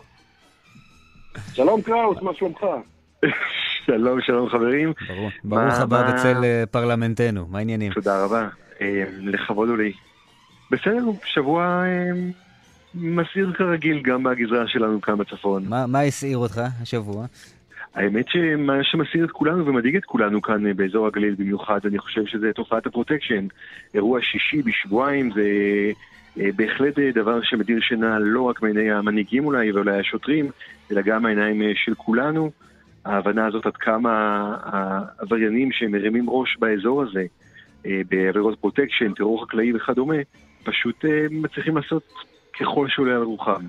שלום קראוס, מה שלומך? שלום, שלום חברים. ברוך הבא בצל פרלמנטנו, מה העניינים? תודה רבה, לכבוד לי. בסדר, שבוע מסעיר כרגיל גם בגזרה שלנו כאן בצפון. מה הסעיר אותך השבוע? האמת שמה שמסעיר את כולנו ומדאיג את כולנו כאן באזור הגליל במיוחד, אני חושב שזה תופעת הפרוטקשן. אירוע שישי בשבועיים זה בהחלט דבר שמדיר שינה לא רק מעיני המנהיגים אולי ואולי השוטרים, אלא גם העיניים של כולנו. ההבנה הזאת עד כמה העבריינים שמרימים ראש באזור הזה, בעבירות פרוטקשן, טרור חקלאי וכדומה, פשוט מצליחים לעשות ככל שעולה על רוחם.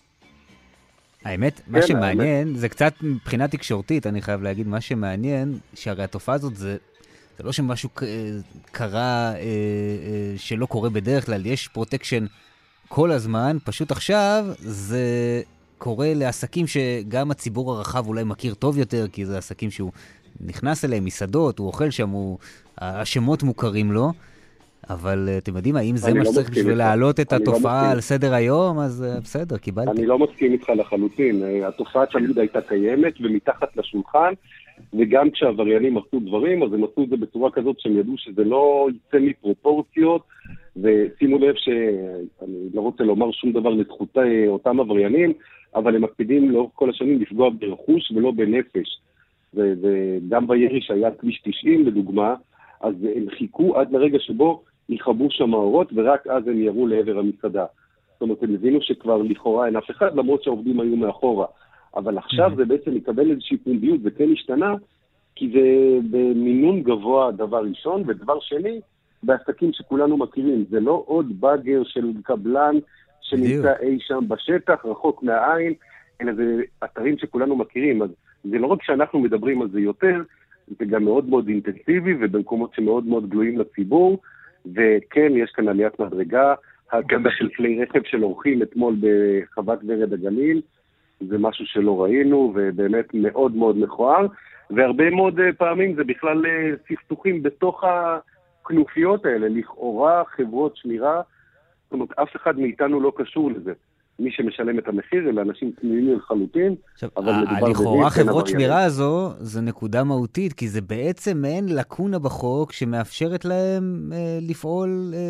האמת, מה שמעניין, זה קצת מבחינה תקשורתית, אני חייב להגיד, מה שמעניין, שהרי התופעה הזאת זה לא שמשהו קרה שלא קורה בדרך כלל, יש פרוטקשן כל הזמן, פשוט עכשיו זה קורה לעסקים שגם הציבור הרחב אולי מכיר טוב יותר, כי זה עסקים שהוא נכנס אליהם, מסעדות, הוא אוכל שם, השמות מוכרים לו, אבל אתם יודעים, האם זה מה שצריך בשביל להעלות את התופעה על סדר היום, אז בסדר, קיבלתי. אני לא מסכים איתך לחלוטין. התופעה תמיד הייתה קיימת ומתחת לשולחן, וגם כשהעבריינים עשו דברים, אז הם עשו את זה בצורה כזאת שהם ידעו שזה לא יצא מפרופורציות, ושימו לב שאני לא רוצה לומר שום דבר לזכותי אותם עבריינים, אבל הם מקפידים לאורך כל השנים לפגוע ברכוש ולא בנפש. וגם בירי שהיה כביש 90 לדוגמה, אז הם חיכו עד לרגע שבו יכבו שם האורות, ורק אז הם ירו לעבר המסעדה. זאת אומרת, הם הבינו שכבר לכאורה אין אף אחד, למרות שהעובדים היו מאחורה. אבל עכשיו זה בעצם יקבל איזושהי פומביות, זה כן השתנה, כי זה במינון גבוה דבר ראשון, ודבר שני, בעסקים שכולנו מכירים. זה לא עוד באגר של קבלן שנמצא אי שם בשטח, רחוק מהעין, אלא זה אתרים שכולנו מכירים. אז זה לא רק שאנחנו מדברים על זה יותר, זה גם מאוד מאוד אינטנסיבי, ובמקומות שמאוד מאוד גלויים לציבור, וכן, יש כאן עליית מדרגה, גם של כלי רכב של אורחים אתמול בחוות ורד הגליל, זה משהו שלא ראינו, ובאמת מאוד מאוד מכוער, והרבה מאוד פעמים זה בכלל סכסוכים בתוך הכנופיות האלה, לכאורה חברות שמירה, זאת אומרת, אף אחד מאיתנו לא קשור לזה. מי שמשלם את המחיר, אלה אנשים תמימים לחלוטין. לכאורה חברות שמירה הזו, זה נקודה מהותית, כי זה בעצם מעין לקונה בחוק שמאפשרת להם לפעול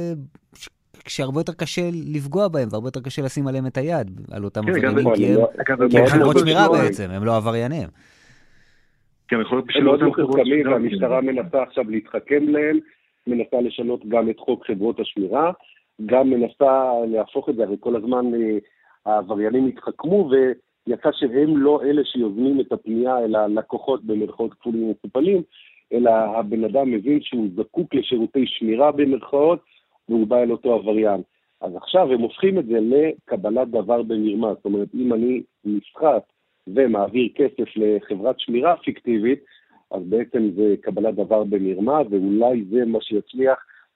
כשהרבה יותר קשה לפגוע בהם, והרבה יותר קשה לשים עליהם את היד, על אותם עבריינים, כי הם חברות שמירה בעצם, הם לא עבריינים. הם מאוד מחוכמים, והמשטרה מנסה עכשיו להתחכם להם, מנסה לשנות גם את חוק חברות השמירה, גם מנסה להפוך את זה, הרי כל הזמן העבריינים התחכמו, ויצא שהם לא אלה שיוזמים את הפנייה אל הלקוחות במרכאות כפולים ומכופלים, אלא הבן אדם מבין שהוא זקוק לשירותי שמירה במרכאות, והוא בא אל אותו עבריין. אז עכשיו הם הופכים את זה לקבלת דבר במרמה, זאת אומרת, אם אני נסחט ומעביר כסף לחברת שמירה פיקטיבית, אז בעצם זה קבלת דבר במרמה, ואולי זה מה שיצליח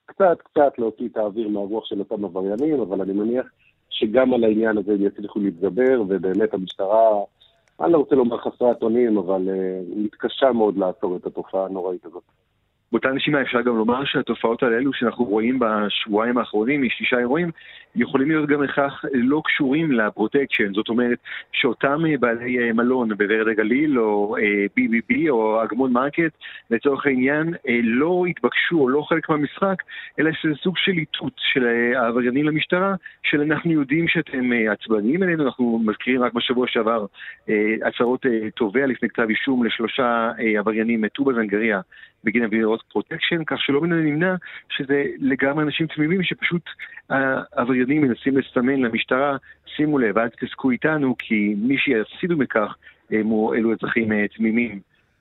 קצת להוציא את האוויר מהרוח של אותם עבריינים, אבל אני מניח שגם על העניין הזה הם יצליחו להתגבר, ובאמת המשטרה, אני לא רוצה לומר חסרת אונים, אבל מתקשה מאוד לעצור את התופעה הנוראית הזאת. באותה נשימה אפשר גם לומר שהתופעות האלו שאנחנו רואים בשבועיים האחרונים, מ6 אירועים, יכולים להיות גם לכך לא קשורים לפרוטקשן. זאת אומרת שאותם בעלי מלון בוורד הגליל או BBB או אגמון מרקט, לצורך העניין, לא התבקשו או לא חלק מהמשחק, אלא שזה סוג של איתות של העבריינים למשטרה, של אנחנו יודעים שאתם עצבניים אלינו. אנחנו מזכירים רק בשבוע שעבר הצהרות תובע לפני כתב אישום ל3 עבריינים מטובא זנגריה בגין עבירות פרוטקשן, כך שלא מן הנמנע שזה לגמרי אנשים תמימים שפשוט העבריינים מנסים לסמן למשטרה, שימו לב, אל תתעסקו איתנו, כי מי שיפסידו מכך אלו אזרחים תמימים.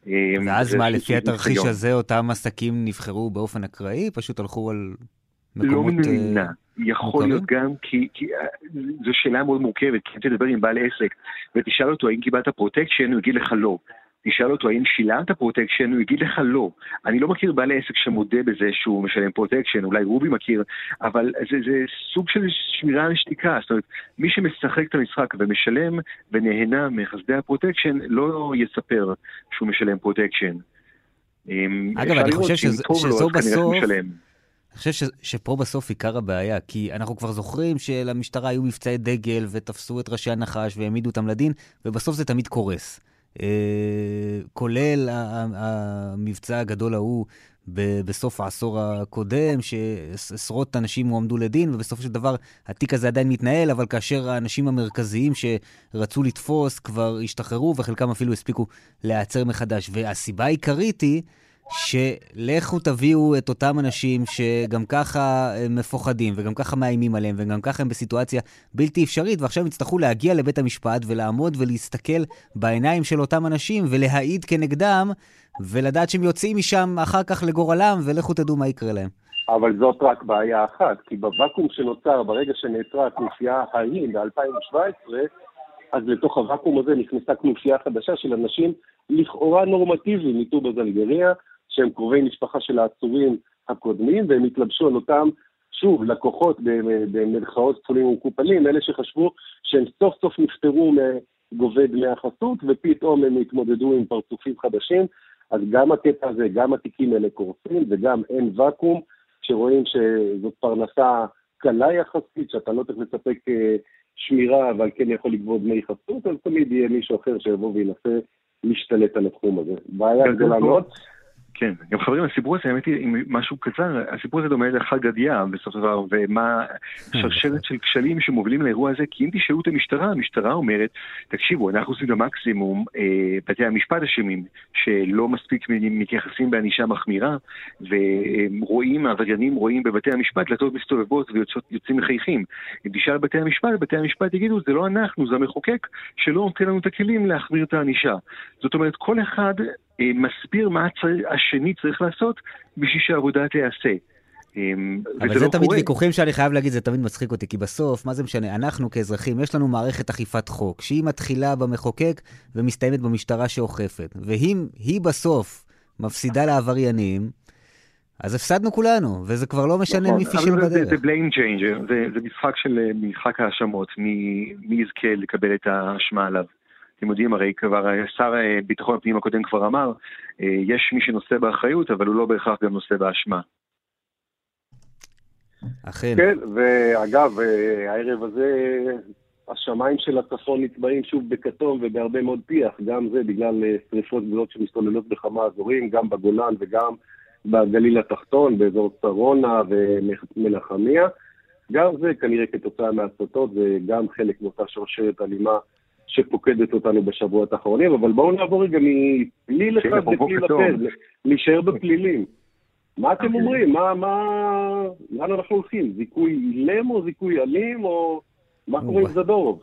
ואז מה, לפי התרחיש הזה, אותם עסקים נבחרו באופן אקראי? פשוט הלכו על מקומות לא מן הנמנע. יכול להיות גם, כי זו שאלה מאוד מורכבת, כי אם תדבר עם בעל עסק ותשאל אותו האם קיבלת פרוטקשן, הוא יגיד לך לא. תשאל אותו האם שילמת פרוטקשן, הוא יגיד לך לא. אני לא מכיר בעל עסק שמודה בזה שהוא משלם פרוטקשן, אולי רובי מכיר, אבל זה סוג של שמירה על שתיקה. זאת אומרת, מי שמשחק את המשחק ומשלם ונהנה מחסדי הפרוטקשן, לא יספר שהוא משלם פרוטקשן. אגב, אני חושב שזו בסוף, אני חושב שפה בסוף עיקר הבעיה, כי אנחנו כבר זוכרים שלמשטרה היו מבצעי דגל ותפסו את ראשי הנחש והעמידו אותם לדין, ובסוף זה תמיד קורס. כולל המבצע הגדול ההוא בסוף העשור הקודם, שעשרות אנשים הועמדו לדין, ובסוף של דבר התיק הזה עדיין מתנהל, אבל כאשר האנשים המרכזיים שרצו לתפוס כבר השתחררו, וחלקם אפילו הספיקו להיעצר מחדש. והסיבה העיקרית היא שלכו תביאו את אותם אנשים שגם ככה מפוחדים, וגם ככה מאיימים עליהם, וגם ככה הם בסיטואציה בלתי אפשרית, ועכשיו יצטרכו להגיע לבית המשפט ולעמוד ולהסתכל בעיניים של אותם אנשים, ולהעיד כנגדם, ולדעת שהם יוצאים משם אחר כך לגורלם, ולכו תדעו מה יקרה להם. אבל זאת רק בעיה אחת, כי בוואקום שנוצר ברגע שנעצרה הכנופיה ההיא ב-2017, אז לתוך הוואקום הזה נכנסה כנופיה חדשה של אנשים לכאורה נורמטיביים מטובא זנגריה, שהם קרובי משפחה של העצורים הקודמים, והם התלבשו על אותם, שוב, לקוחות במרכאות כפולים ומקופלים, אלה שחשבו שהם סוף סוף נפטרו מגובי דמי החסות, ופתאום הם התמודדו עם פרצופים חדשים. אז גם הקטע הזה, גם התיקים האלה קורסים, וגם אין ואקום, שרואים שזאת פרנסה קלה יחסית, שאתה לא צריך לספק שמירה, אבל כן יכול לגבות דמי חסות, אז תמיד יהיה מישהו אחר שיבוא וינסה להשתלט על התחום הזה. בעיה גדולה מאוד. כן, גם חברים, הסיפור הזה, האמת היא, משהו קצר, הסיפור הזה דומה לחג גדיה בסוף דבר, ומה שרשרת של כשלים שמובילים לאירוע הזה, כי אם תשאלו את המשטרה אומרת, תקשיבו, אנחנו עושים במקסימום, בתי המשפט אשמים, שלא מספיק מתייחסים בענישה מחמירה, ורואים, העבריינים רואים בבתי המשפט, דלתות מסתובבות ויוצאים מחייכים. אם תשאל בתי המשפט יגידו, זה לא אנחנו, זה המחוקק, שלא נותן לנו את הכלים להחמיר את הענישה. זאת אומרת, כל אחד מסביר מה השני צריך לעשות בשביל שהעבודה תיעשה. אבל זה תמיד ויכוחים שאני חייב להגיד, זה תמיד מצחיק אותי, כי בסוף, מה זה משנה? אנחנו כאזרחים, יש לנו מערכת אכיפת חוק, שהיא מתחילה במחוקק ומסתיימת במשטרה שאוכפת. ואם היא בסוף מפסידה לעבריינים, אז הפסדנו כולנו, וזה כבר לא משנה מי פישל בדרך. זה blame changer, זה משחק של משחק האשמות, מי יזכה לקבל את האשמה עליו. אתם יודעים, הרי כבר שר ביטחון הפנים הקודם כבר אמר, יש מי שנושא באחריות, אבל הוא לא בהכרח גם נושא באשמה. אכן. כן, ואגב, הערב הזה, השמיים של הצפון נצבעים שוב בכתום ובהרבה מאוד פיח, גם זה בגלל שריפות גדולות שמסתוללות בכמה אזורים, גם בגולן וגם בגליל התחתון, באזור צרונה ומנחמיה. גם זה כנראה כתוצאה מהצתות, וגם חלק מאותה שרשרת אלימה שפוקדת אותנו בשבועות האחרונים, אבל בואו נעבור רגע מפליל אחד לפליל אחר, להישאר בפלילים. מה אתם אומרים? לאן אנחנו הולכים? זיכוי אילם או זיכוי אלים, או מה קורה עם זדורוב?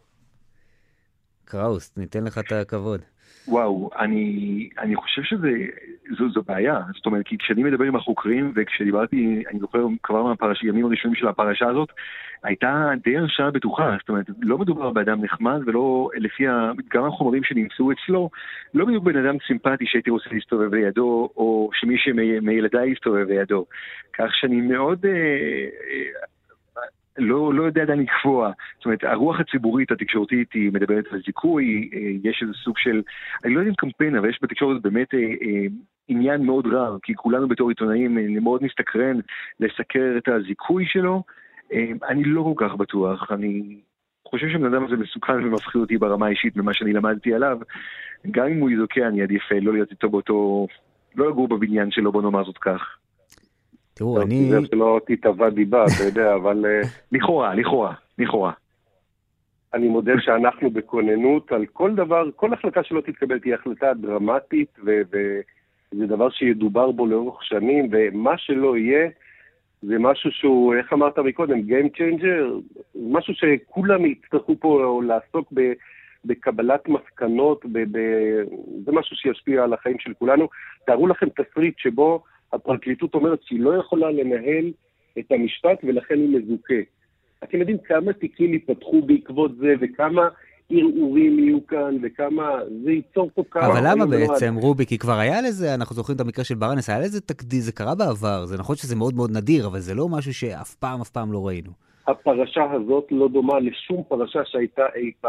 קראוס, ניתן לך את הכבוד. וואו, אני חושב שזו בעיה. זאת אומרת, כי כשאני מדבר עם החוקרים, וכשדיברתי, אני זוכר כבר מהימים הראשונים של הפרשה הזאת, הייתה די הרשעה בטוחה. זאת אומרת, לא מדובר באדם נחמד, ולא לפי גם החומרים שנמצאו אצלו, לא בדיוק בן אדם סימפטי שהייתי רוצה להסתובב לידו, או שמישהו מילדיי יסתובב לידו. כך שאני מאוד לא יודע עדיין לקבוע. זאת אומרת, הרוח הציבורית, התקשורתית, היא מדברת על זיכוי, יש איזה סוג של, אני לא יודע אם קמפיין, אבל יש בתקשורת באמת עניין מאוד רע, כי כולנו בתור עיתונאים מאוד מסתקרן לסקר את הזיכוי שלו. אני לא כל כך בטוח, אני חושב שבן אדם הזה מסוכן ומפחיד אותי ברמה האישית ממה שאני למדתי עליו. גם אם הוא יזוכה, אני עדיף לא להיות איתו באותו, לא לגור בבניין שלו, בוא נאמר זאת כך. תראו, אני... זה שלא תתבע דיבה, אתה יודע, אבל... לכאורה. אני מודה שאנחנו בכוננות על כל דבר, כל החלטה שלא תתקבל תהיה החלטה דרמטית, וזה דבר שידובר בו לאורך שנים, ומה שלא יהיה, זה משהו שהוא, איך אמרת מקודם, Game Changer, משהו שכולם יצטרכו פה לעסוק בקבלת מסקנות, זה משהו שישפיע על החיים של כולנו. תארו לכם תסריט שבו הפרקליטות אומרת שהיא לא יכולה לנהל את המשפט ולכן היא מזוכה. אתם יודעים כמה תיקים ייפתחו בעקבות זה וכמה ערעורים יהיו כאן וכמה זה ייצור פה כמה... אבל למה בעצם, רובי? כי כבר היה לזה, אנחנו זוכרים את המקרה של ברנס, היה לזה תקדים, זה קרה בעבר, זה נכון שזה מאוד מאוד נדיר, אבל זה לא משהו שאף פעם לא ראינו. הפרשה הזאת לא דומה לשום פרשה שהייתה אי פעם.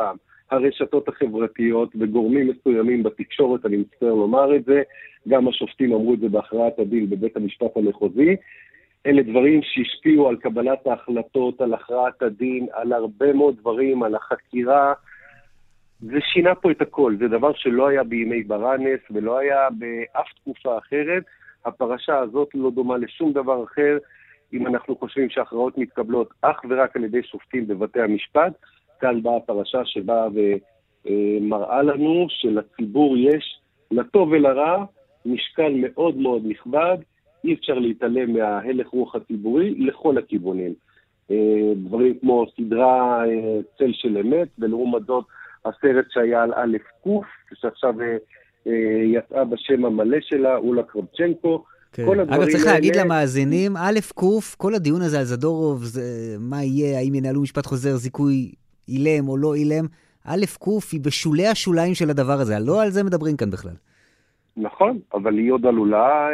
הרשתות החברתיות וגורמים מסוימים בתקשורת, אני מצטער לומר את זה, גם השופטים אמרו את זה בהכרעת הדין בבית המשפט המחוזי, אלה דברים שהשפיעו על קבלת ההחלטות, על הכרעת הדין, על הרבה מאוד דברים, על החקירה, זה שינה פה את הכל, זה דבר שלא היה בימי ברנס ולא היה באף תקופה אחרת, הפרשה הזאת לא דומה לשום דבר אחר, אם אנחנו חושבים שההכרעות מתקבלות אך ורק על ידי שופטים בבתי המשפט, כאן באה הפרשה שבאה ומראה לנו שלציבור יש, לטוב ולרע, משקל מאוד מאוד נכבד, אי אפשר להתעלם מההלך רוח הציבורי לכל הכיוונים. דברים כמו סדרה צל של אמת, ולעומת זאת הסרט שהיה על א' קוף, שעכשיו יצאה בשם המלא שלה, אולה קרבצ'נקו, אגב, צריך להגיד למאזינים, א' קוף, כל הדיון הזה על זדורוב, מה יהיה, האם ינהלו משפט חוזר, זיכוי אילם או לא אילם, א' קוף היא בשולי השוליים של הדבר הזה, לא על זה מדברים כאן בכלל. נכון, אבל היא עוד עלולה...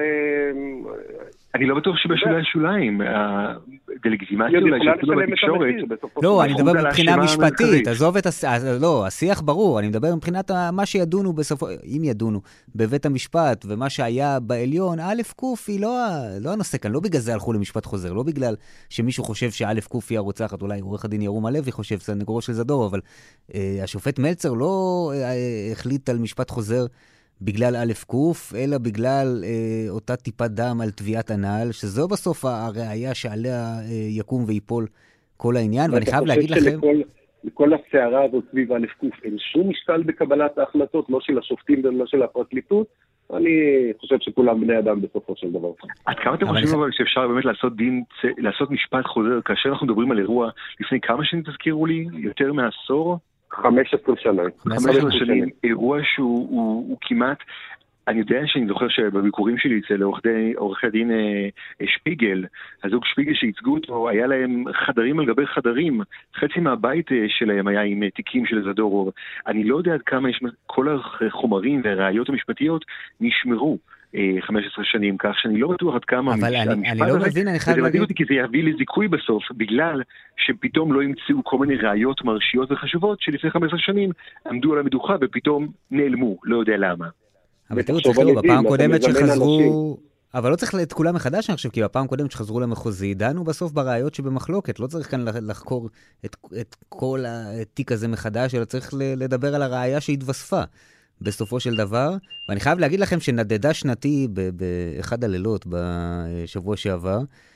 אני לא בטוח שבשולי השוליים, הדלגיטימציה אולי שכתוב בתקשורת... לא, אני מדבר מבחינה משפטית, עזוב את לא, השיח ברור, אני מדבר מבחינת מה שידונו בסופו, אם ידונו, בבית המשפט, ומה שהיה בעליון, א' קוף היא לא הנושא כאן, לא בגלל זה הלכו למשפט חוזר, לא בגלל שמישהו חושב שא' קוף היא הרוצחת, אולי עורך הדין ירום הלוי חושב, זה נגורו של זדור, אבל השופט מלצר לא החליט על משפט חוזר בגלל א' קוף, אלא בגלל אותה טיפת דם על תביעת הנעל, שזו בסוף הראייה שעליה יקום ויפול כל העניין, ואני חייב להגיד לכם... לכל הסערה הזאת סביב א' קוף, אין שום משקל בקבלת ההחלטות, לא של השופטים ולא של הפרקליטות, אני חושב שכולם בני אדם בסופו של דבר. עד כמה אתם חושבים אבל שאפשר באמת לעשות משפט חוזר, כאשר אנחנו מדברים על אירוע לפני כמה שנים תזכירו לי, יותר מעשור? 15 שנה. 15 שנים, אירוע שהוא כמעט, אני יודע שאני זוכר שבביקורים שלי אצל עורך הדין שפיגל, הזוג שפיגל שייצגו אותו, היה להם חדרים על גבי חדרים, חצי מהבית שלהם היה עם תיקים של זדורוב. אני לא יודע עד כמה כל החומרים והראיות המשפטיות נשמרו 15 שנים, כך שאני לא בטוח עד כמה... אבל אני לא מבין, אני חייב להגיד... אותי כי זה יביא לזיכוי בסוף, בגלל שפתאום לא ימצאו כל מיני ראיות מרשיות וחשובות, שלפני 15 שנים עמדו על המדוכה ופתאום נעלמו, לא יודע למה. אבל תראו, צריך לראות, בפעם קודמת שחזרו... אבל לא צריך את כולם מחדש, אני חושב, כי בפעם קודמת שחזרו למחוזי, דנו בסוף בראיות שבמחלוקת, לא צריך כאן לחקור את כל התיק הזה מחדש, אלא צריך לדבר על הראיה שהתווספה. בסופו של דבר, ואני חייב להגיד לכם שנדדה שנתי באחד הלילות בשבוע שעבר,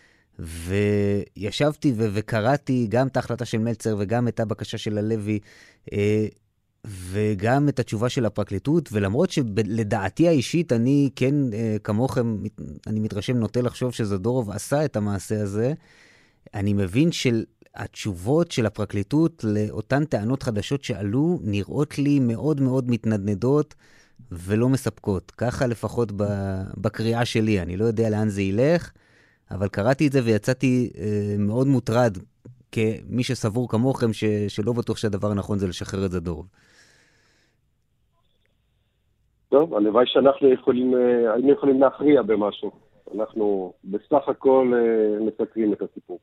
וישבתי וקראתי גם את ההחלטה של מלצר וגם את הבקשה של הלוי, וגם את התשובה של הפרקליטות, ולמרות שלדעתי האישית אני כן כמוכם, אני מתרשם נוטה לחשוב שזדורוב עשה את המעשה הזה, אני מבין התשובות של הפרקליטות לאותן טענות חדשות שעלו נראות לי מאוד מאוד מתנדנדות ולא מספקות. ככה לפחות בקריאה שלי. אני לא יודע לאן זה ילך, אבל קראתי את זה ויצאתי מאוד מוטרד כמי שסבור כמוכם שלא בטוח שהדבר הנכון זה לשחרר את זדורוב. טוב, הלוואי שאנחנו יכולים להכריע במשהו. אנחנו בסך הכל מסקרים את הסיפור.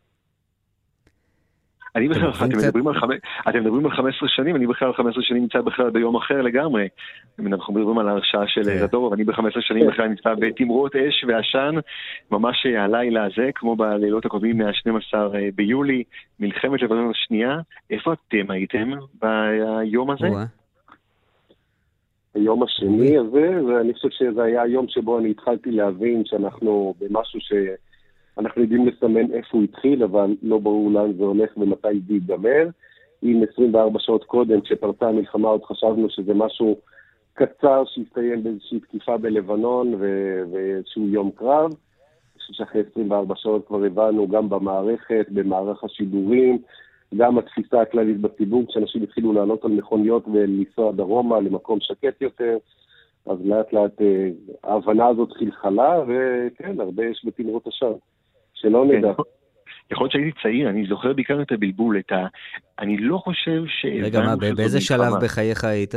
אני בכלל, אתם מדברים על 15 שנים, אני בכלל 15 שנים נמצא בכלל ביום אחר לגמרי. אנחנו מדברים על ההרשעה של זדורוב, אני ב-15 שנים בכלל נמצא בתמרות אש ועשן, ממש הלילה הזה, כמו בלילות הקודמים מה-12 ביולי, מלחמת לבנון השנייה. איפה אתם הייתם ביום הזה? היום השני הזה, ואני חושב שזה היה היום שבו אני התחלתי להבין שאנחנו במשהו אנחנו יודעים לסמן איפה הוא התחיל, אבל לא ברור לאן זה הולך ומתי זה ייגמר. אם 24 שעות קודם, כשפרצה המלחמה, עוד חשבנו שזה משהו קצר שהסתיים באיזושהי תקיפה בלבנון ואיזשהו יום קרב. אני חושב שאחרי 24 שעות כבר הבנו גם במערכת, במערך השידורים, גם התפיסה הכללית בציבור, כשאנשים התחילו לעלות על מכוניות ולנסוע דרומה למקום שקט יותר, אז לאט לאט ההבנה הזאת חלחלה, וכן, הרבה יש בתמרות השם. שלא נדע. יכול להיות שהייתי צעיר, אני זוכר בעיקר את הבלבול, אני לא חושב רגע, מה, באיזה שלב בחייך היית?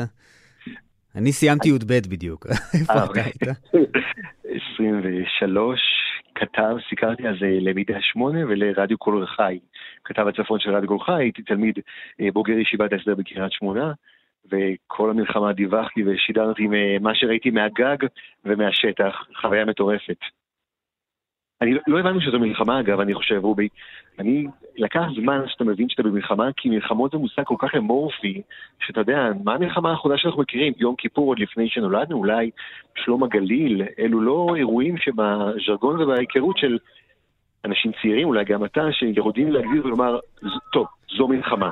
אני סיימתי י"ב בדיוק. איפה אתה היית? 23, כתב, סיקרתי אז למידה 8 ולרדיו קול חי. כתב הצפון של רדיו קול חי, הייתי תלמיד בוגר ישיבת ההסדר בקריית שמונה, וכל המלחמה דיווחתי ושידרתי מה שראיתי מהגג ומהשטח, חוויה מטורפת. אני לא הבנו שזו מלחמה, אגב, אני חושב, רובי. אני לקח זמן שאתה מבין שאתה במלחמה, כי מלחמות זה מושג כל כך אמורפי, שאתה יודע, מה המלחמה האחרונה שאנחנו מכירים? יום כיפור עוד לפני שנולדנו, אולי שלום הגליל, אלו לא אירועים שבז'רגון ובהיכרות של אנשים צעירים, אולי גם אתה, שיורדים להגדיר ולומר, טוב, זו מלחמה.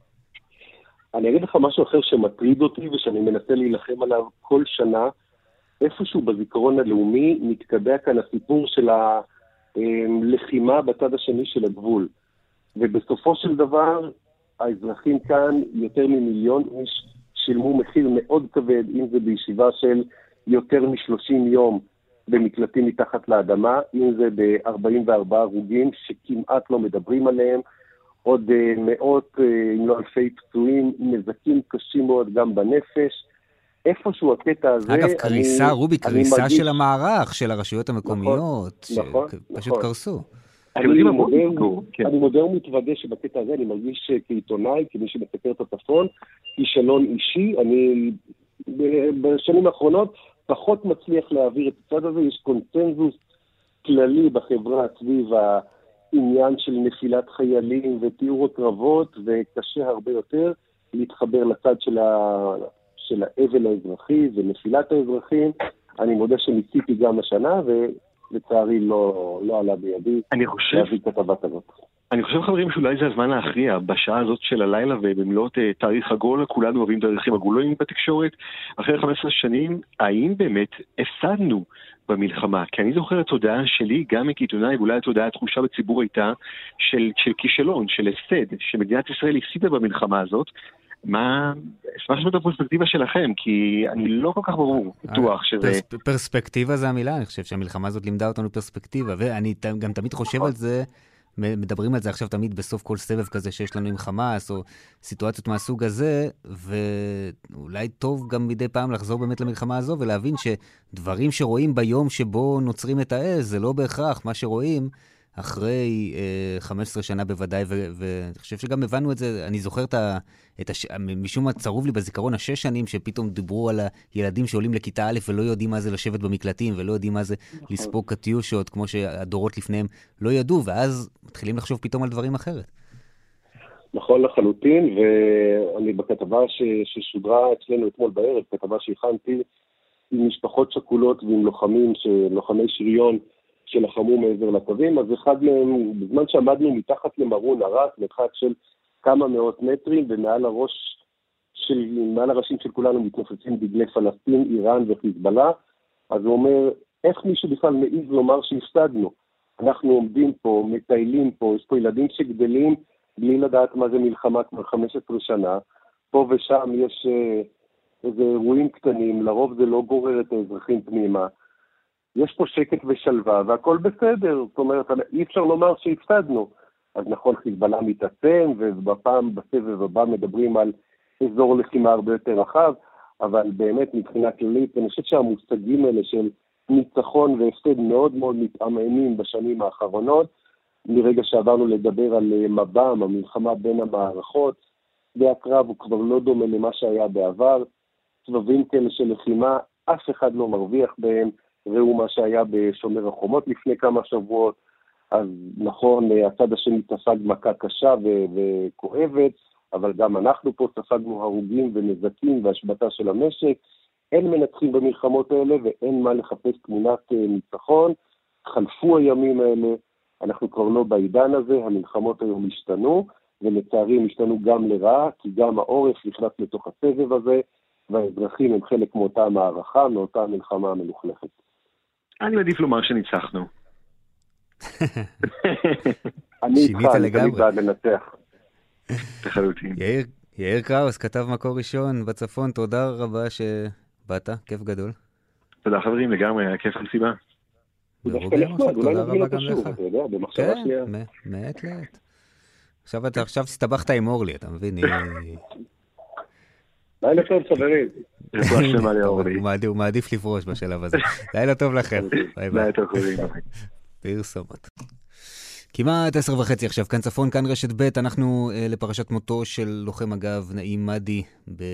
אני אגיד לך משהו אחר שמטריד אותי ושאני מנסה להילחם עליו כל שנה, איפשהו בזיכרון הלאומי מתקבע כאן הסיפור של הלחימה בצד השני של הגבול. ובסופו של דבר, האזרחים כאן, יותר ממיליון איש, שילמו מחיר מאוד כבד, אם זה בישיבה של יותר מ-30 יום במקלטים מתחת לאדמה, אם זה ב-44 הרוגים שכמעט לא מדברים עליהם, עוד מאות, אם לא אלפי פצועים, נזקים קשים מאוד גם בנפש. איפשהו הקטע הזה... אגב, קריסה, רובי, קריסה של המערך, של הרשויות המקומיות, שפשוט קרסו. אני מודה ומתוודה שבקטע הזה אני מרגיש כעיתונאי, כמי שמסקר את הצפון, כישלון אישי. אני בשנים האחרונות פחות מצליח להעביר את הצד הזה. יש קונצנזוס כללי בחברה סביב העניין של נפילת חיילים ותיאור הקרבות, וקשה הרבה יותר להתחבר לצד של האבל האזרחי ונפילת האזרחים. אני מודה שניסיתי גם השנה, ולצערי לא עלה בידי להביא כתבת הזאת. אני חושב, חברים, שאולי זה הזמן להכריע בשעה הזאת של הלילה, ובמלאות תאריך עגול, כולנו אוהבים תאריכים עגולים בתקשורת. אחרי 15 שנים, האם באמת הפסדנו במלחמה? כי אני זוכר את התודעה שלי, גם כעיתונאי, ואולי התודעה, התחושה בציבור הייתה של כישלון, של הפסד, שמדינת ישראל הפסידה במלחמה הזאת. אשמח לשמוע את הפרספקטיבה שלכם, כי אני לא כל כך ברור, בטוח שזה... פרספקטיבה זה המילה, אני חושב שהמלחמה הזאת לימדה אותנו פרספקטיבה, ואני גם תמיד חושב על זה, מדברים על זה עכשיו תמיד בסוף כל סבב כזה שיש לנו עם חמאס, או סיטואציות מהסוג הזה, ואולי טוב גם מדי פעם לחזור באמת למלחמה הזו, ולהבין שדברים שרואים ביום שבו נוצרים את האש, זה לא בהכרח מה שרואים, אחרי 15 שנה בוודאי, ואני חושב שגם הבנו את זה, אני זוכר משום מה צרוב לי בזיכרון 6 שנים, שפתאום דיברו על הילדים שעולים לכיתה א' ולא יודעים מה זה לשבת במקלטים, ולא יודעים מה זה לספוג קטיושות, כמו שהדורות לפניהם לא ידעו, ואז מתחילים לחשוב פתאום על דברים אחרת. נכון לחלוטין, ואני בכתבה ששודרה אצלנו אתמול בערב, כתבה שהכנתי עם משפחות שכולות ועם לוחמי שריון, שלחמו מעבר לקווים, אז אחד מהם, בזמן שעמדנו מתחת למרון ערק, מרחק של כמה מאות מטרים, ומעל הראשים של כולנו מתנופפים דגלי פלסטין, איראן וחיזבאללה, אז הוא אומר, איך מישהו בכלל מעז לומר שהפסדנו? אנחנו עומדים פה, מטיילים פה, יש פה ילדים שגדלים בלי לדעת מה זה מלחמה כבר 15 שנה, פה ושם יש איזה אירועים קטנים, לרוב זה לא גורר את האזרחים פנימה, יש פה שקט ושלווה, והכל בסדר. זאת אומרת, אי אפשר לומר שהפסדנו. אז נכון, חיזבאללה מתעצם, ובפעם בסבב הבא מדברים על אזור לחימה הרבה יותר רחב, אבל באמת מבחינה כללית, אני חושב שהמושגים האלה של ניצחון והפסד מאוד מאוד מתעמעמים בשנים האחרונות, מרגע שעברנו לדבר על מב"ם, המלחמה בין המערכות, והקרב הוא כבר לא דומה למה שהיה בעבר, סבבים כאלה של לחימה, אף אחד לא מרוויח בהם, ראו מה שהיה בשומר החומות לפני כמה שבועות, אז נכון, הצד השני ספג מכה קשה וכואבת, אבל גם אנחנו פה ספגנו הרוגים ונזקים והשבתה של המשק. אין מנצחים במלחמות האלה ואין מה לחפש תמונת ניצחון. חלפו הימים האלה, אנחנו כבר לא בעידן הזה, המלחמות היום השתנו, ולצערי הם השתנו גם לרעה, כי גם העורף נכנס לתוך הסבב הזה, והאזרחים הם חלק מאותה מערכה, מאותה מלחמה המלוכלכת. אני מעדיף לומר שניצחנו. אני איתך, אני בעד לנצח. לחלוטין. יאיר קראוס, כתב מקור ראשון בצפון, תודה רבה שבאת, כיף גדול. תודה חברים, לגמרי, היה כיף המסיבה. תודה רבה גם לך. כן, מעט לאט. עכשיו הסתבכת עם אורלי, אתה מבין? לילה טוב, חברים. הוא מעדיף לפרוש בשלב הזה. לילה טוב לכם. לילה טוב, חברים. פרסומות. כמעט 10:30 עכשיו, כאן צפון, כאן רשת ב', אנחנו לפרשת מותו של לוחם מג"ב נעים מאדי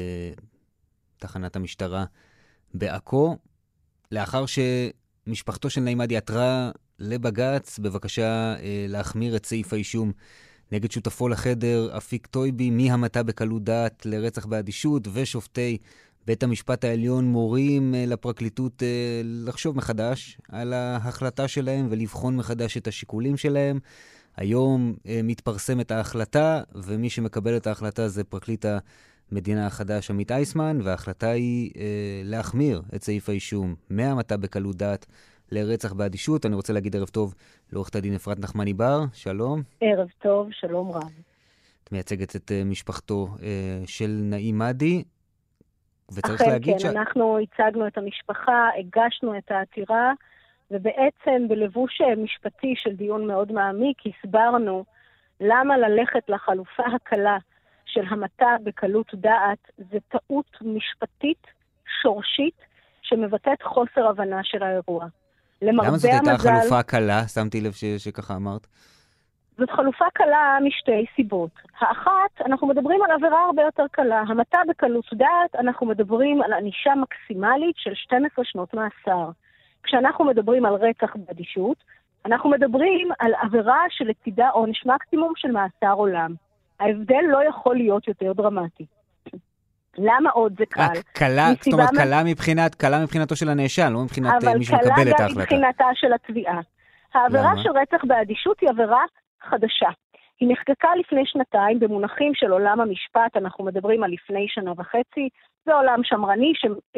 בתחנת המשטרה בעכו, לאחר שמשפחתו של נעים מאדי עתרה לבג"ץ בבקשה להחמיר את סעיף האישום נגד שותפו לחדר אפיק טויבי מהמתה בקלות דעת לרצח באדישות, ושופטי בית המשפט העליון מורים לפרקליטות לחשוב מחדש על ההחלטה שלהם ולבחון מחדש את השיקולים שלהם. היום מתפרסמת ההחלטה, ומי שמקבל את ההחלטה זה פרקליט המדינה החדש עמית אייסמן, וההחלטה היא להחמיר את סעיף האישום מהמתה בקלות דעת לרצח באדישות. אני רוצה להגיד ערב טוב לעורכת הדין אפרת נחמני בר, שלום. ערב טוב, שלום רב. את מייצגת את משפחתו של נעים מאדי. אכן כן, אנחנו הצגנו את המשפחה, הגשנו את העתירה, ובעצם בלבוש משפטי של דיון מאוד מעמיק, הסברנו למה ללכת לחלופה הקלה של המתה בקלות דעת, זה טעות משפטית שורשית שמבטאת חוסר הבנה של האירוע. למה זאת הייתה חלופה קלה? שמתי לב שככה אמרת. זאת חלופה קלה משתי סיבות. האחת, אנחנו מדברים על עבירה הרבה יותר קלה. המתה בקלות דעת, אנחנו מדברים על ענישה מקסימלית של 12 שנות מאסר. כשאנחנו מדברים על רצח באדישות, אנחנו מדברים על עבירה שלצידה עונש מקסימום של מאסר עולם. ההבדל לא יכול להיות יותר דרמטי. למה עוד זה קל? זאת אומרת, קלה מבחינתו של הנאשם, לא מבחינת מי שמקבל את ההחלטה. אבל קלה גם מבחינתה של התביעה. העבירה של רצח באדישות היא עבירה חדשה. היא נחקקה לפני שנתיים במונחים של עולם המשפט, אנחנו מדברים על לפני 1.5 שנה, זה עולם שמרני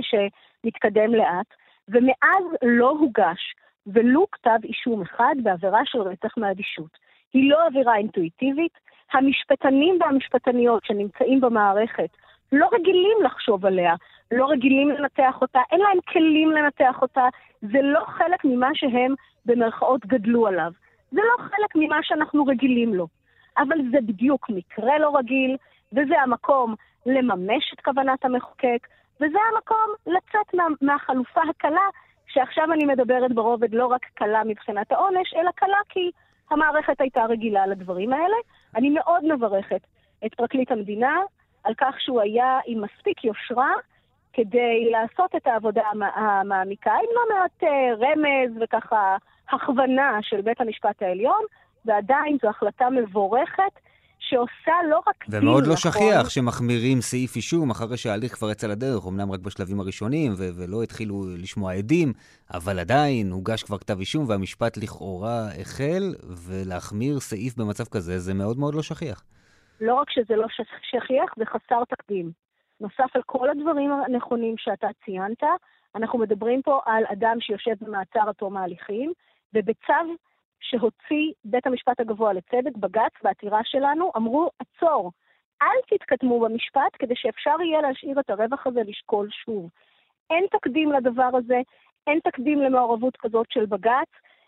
שמתקדם לאט, ומאז לא הוגש ולו כתב אישום אחד בעבירה של רצח מאדישות. היא לא עבירה אינטואיטיבית, המשפטנים והמשפטניות שנמצאים במערכת לא רגילים לחשוב עליה, לא רגילים לנתח אותה, אין להם כלים לנתח אותה, זה לא חלק ממה שהם במרכאות גדלו עליו. זה לא חלק ממה שאנחנו רגילים לו. אבל זה בדיוק מקרה לא רגיל, וזה המקום לממש את כוונת המחוקק, וזה המקום לצאת מהחלופה הקלה, שעכשיו אני מדברת ברובד לא רק קלה מבחינת העונש, אלא קלה כי המערכת הייתה רגילה לדברים האלה. אני מאוד מברכת את פרקליט המדינה על כך שהוא היה עם מספיק יושרה, כדי לעשות את העבודה המעמיקה, עם לא מעט רמז וככה הכוונה של בית המשפט העליון, ועדיין זו החלטה מבורכת שעושה לא רק דין. ומאוד לא שכיח שמחמירים סעיף אישום אחרי שההליך כבר יצא לדרך, אמנם רק בשלבים הראשונים ולא התחילו לשמוע עדים, אבל עדיין הוגש כבר כתב אישום והמשפט לכאורה החל, ולהחמיר סעיף במצב כזה זה מאוד מאוד לא שכיח. לא רק שזה לא שכיח, זה חסר תקדים. נוסף על כל הדברים הנכונים שאתה ציינת, אנחנו מדברים פה על אדם שיושב במעצר עד תום ההליכים, ובצו שהוציא בית המשפט הגבוה לצדק, בג"ץ, בעתירה שלנו, אמרו, עצור, אל תתקדמו במשפט, כדי שאפשר יהיה להשאיר את הרווח הזה לשקול שוב. אין תקדים לדבר הזה, אין תקדים למעורבות כזאת של בג"ץ,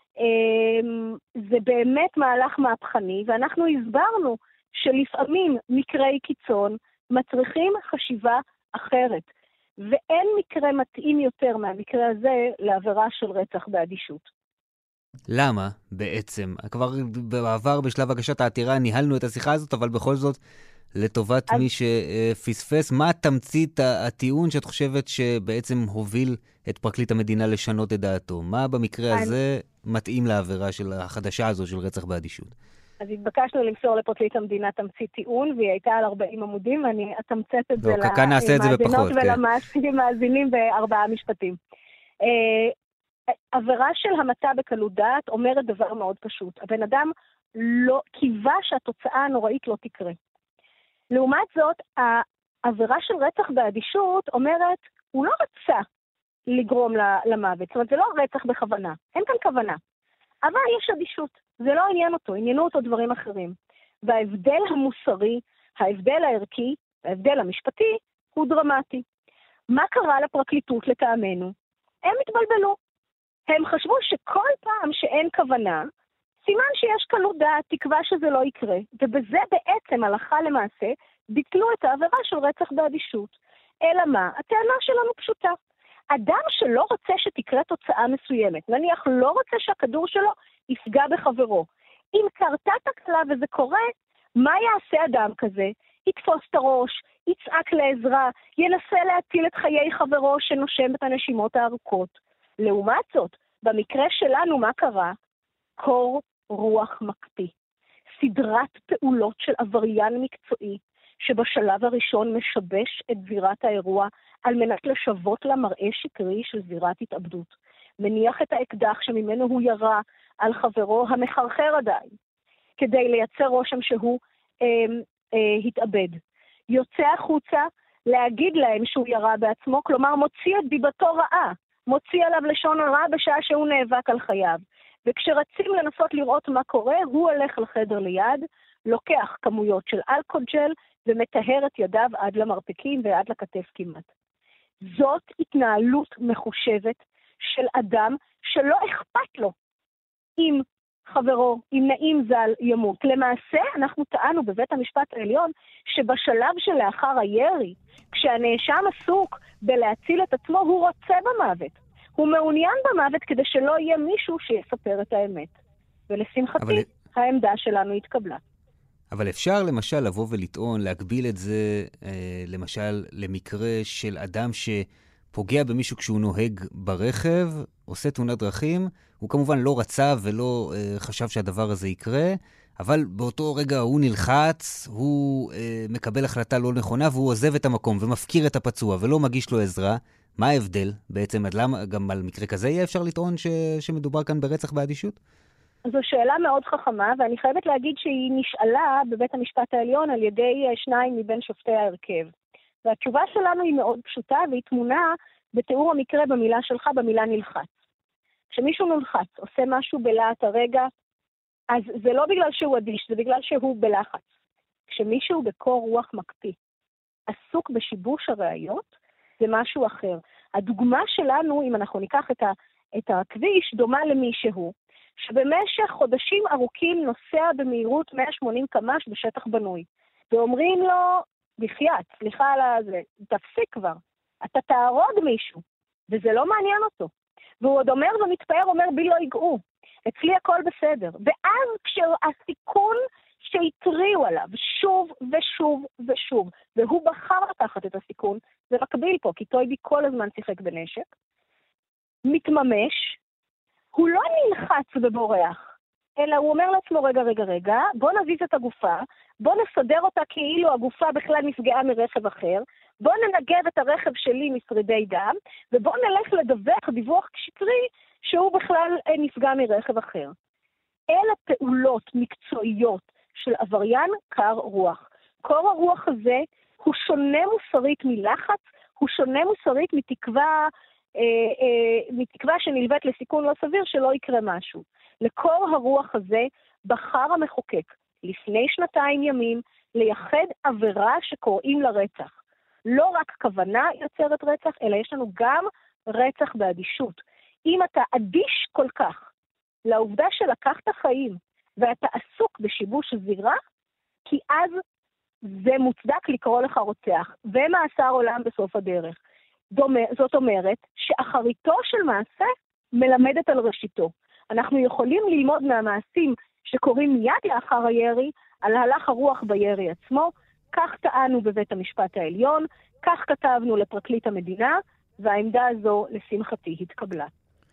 זה באמת מהלך מהפכני, ואנחנו הסברנו שלפעמים מקרי קיצון מצריכים חשיבה אחרת, ואין מקרה מתאים יותר מהמקרה הזה לעבירה של רצח באדישות. למה בעצם? כבר בעבר בשלב הגשת העתירה ניהלנו את השיחה הזאת, אבל בכל זאת לטובת מי שפספס, מה תמצית הטיעון שאת חושבת שבעצם הוביל את פרקליט המדינה לשנות את דעתו? מה במקרה הזה מתאים לעבירה של החדשה הזו של רצח באדישות? אז התבקשנו למסור לפרקליט המדינה תמצית טיעון, והיא הייתה על 40 עמודים, ואני אתמצת את זה למאזינות ולמאזינים ב4 משפטים. עבירה של המתה בקלות דעת אומרת דבר מאוד פשוט. הבן אדם לא קיווה שהתוצאה הנוראית לא תקרה. לעומת זאת, העבירה של רצח באדישות אומרת, הוא לא רצה לגרום למוות. זאת אומרת, זה לא רצח בכוונה. אין כאן כוונה. אבל יש אדישות. זה לא עניין אותו. עניינו אותו דברים אחרים. וההבדל המוסרי, ההבדל הערכי, ההבדל המשפטי, הוא דרמטי. מה קרה לפרקליטות לטעמנו? הם התבלבלו. הם חשבו שכל פעם שאין כוונה, סימן שיש קלות דעת, תקווה שזה לא יקרה, ובזה בעצם הלכה למעשה ביטלו את העבירה של רצח באדישות. אלא מה? הטענה שלנו פשוטה. אדם שלא רוצה שתקרה תוצאה מסוימת, נניח לא רוצה שהכדור שלו יפגע בחברו. אם קרתה תקלה וזה קורה, מה יעשה אדם כזה? יתפוס את הראש, יצעק לעזרה, ינסה להציל את חיי חברו שנושם את הנשימות הארוכות. לעומת זאת, במקרה שלנו מה קרה? קור רוח מקפיא. סדרת פעולות של עבריין מקצועי, שבשלב הראשון משבש את זירת האירוע על מנת לשוות לה מראה שקרי של זירת התאבדות. מניח את האקדח שממנו הוא ירה על חברו המחרחר עדיין, כדי לייצר רושם שהוא התאבד. יוצא החוצה להגיד להם שהוא ירה בעצמו, כלומר מוציא את דיבתו רעה, מוציא עליו לשון הרע בשעה שהוא נאבק על חייו. וכשרצים לנסות לראות מה קורה, הוא הולך לחדר ליד, לוקח כמויות של אלכוג'ל ומטהר את ידיו עד למרפקים ועד לכתף כמעט. זאת התנהלות מחושבת של אדם שלא אכפת לו אם חברו, אם נעים ז"ל ימות. למעשה אנחנו טענו בבית המשפט העליון שבשלב שלאחר הירי, כשהנאשם עסוק בלהציל את עצמו, הוא רוצה במוות. הוא מעוניין במוות כדי שלא יהיה מישהו שיספר את האמת. ולשמחתי, העמדה שלנו התקבלה. אבל אפשר למשל לבוא ולטעון, להגביל את זה, למשל למקרה של אדם שפוגע במישהו כשהוא נוהג ברכב, עושה תאונת דרכים, הוא כמובן לא רצה ולא חשב שהדבר הזה יקרה, אבל באותו רגע הוא נלחץ, הוא מקבל החלטה לא נכונה, והוא עוזב את המקום ומפקיר את הפצוע ולא מגיש לו עזרה. מה ההבדל בעצם? גם על מקרה כזה יהיה אפשר לטעון שמדובר כאן ברצח באדישות? זו שאלה מאוד חכמה, ואני חייבת להגיד שהיא נשאלה בבית המשפט העליון על ידי 2 מבין שופטי ההרכב. והתשובה שלנו היא מאוד פשוטה, והיא תמונה בתיאור המקרה במילה שלך, במילה נלחץ. כשמישהו נלחץ, עושה משהו בלהט הרגע, אז זה לא בגלל שהוא אדיש, זה בגלל שהוא בלחץ. כשמישהו בקור רוח מקפיא, עסוק בשיבוש הראיות, זה משהו אחר. הדוגמה שלנו, אם אנחנו ניקח את הכביש, דומה למישהו, שבמשך חודשים ארוכים נוסע במהירות 180 קמ"ש בשטח בנוי. ואומרים לו, בחייאת, סליחה על זה, תפסיק כבר, אתה תהרוג מישהו, וזה לא מעניין אותו. והוא עוד אומר ומתפאר, אומר בי לא יגעו, אצלי הכל בסדר. ואז כשהסיכון שהתריעו עליו שוב ושוב ושוב, והוא בחר לקחת את הסיכון, זה מקביל פה, כי טויבי כל הזמן שיחק בנשק, מתממש, הוא לא נלחץ ובורח, אלא הוא אומר לעצמו, רגע, בוא נזיז את הגופה, בוא נסדר אותה כאילו הגופה בכלל נפגעה מרכב אחר, בוא ננגב את הרכב שלי משרידי דם, ובוא נלך לדווח דיווח שקרי שהוא בכלל נפגע מרכב אחר. אלה פעולות מקצועיות של עבריין קר רוח. קור הרוח הזה הוא שונה מוסרית מלחץ, הוא שונה מוסרית מתקווה שנלווית לסיכון לא סביר שלא יקרה משהו. לקור הרוח הזה בחר המחוקק לפני 2 ימים לייחד עבירה שקוראים לה רצח. לא רק כוונה יוצרת רצח, אלא יש לנו גם רצח באדישות. אם אתה אדיש כל כך לעובדה שלקחת חיים ואתה עסוק בשיבוש זירה, כי אז זה מוצדק לקרוא לך רוצח, ומאסר עולם בסוף הדרך. זאת אומרת שאחריתו של מעשה מלמדת על ראשיתו. אנחנו יכולים ללמוד מהמעשים שקורים מיד לאחר הירי, על הלך הרוח בירי עצמו, כך טענו בבית המשפט העליון, כך כתבנו לפרקליט המדינה, והעמדה הזו לשמחתי התקבלה.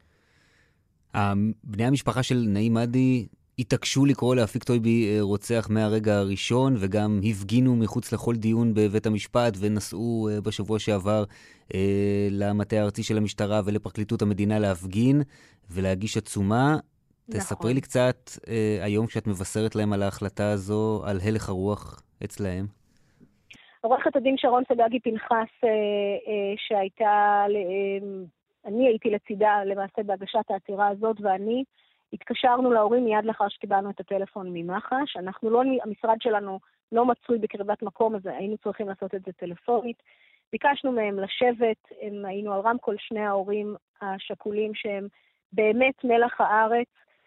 בני המשפחה של נעים עדי התעקשו לקרוא לאפיק טויבי רוצח מהרגע הראשון, וגם הפגינו מחוץ לכל דיון בבית המשפט, ונסעו בשבוע שעבר למטה הארצי של המשטרה ולפרקליטות המדינה להפגין ולהגיש עצומה. נכון. תספרי לי קצת היום כשאת מבשרת להם על ההחלטה הזו, על הלך הרוח אצלהם. עורכת הדין שרון סגגי פנחס, שהייתה, אני הייתי לצידה למעשה בהגשת העתירה הזאת, ואני התקשרנו להורים מיד לאחר שקיבלנו את הטלפון ממח"ש. המשרד שלנו לא מצוי בקרבת מקום, אז היינו צריכים לעשות את זה טלפונית. ביקשנו מהם לשבת, היינו על רמקול 2 ההורים השכולים שהם באמת מלח הארץ.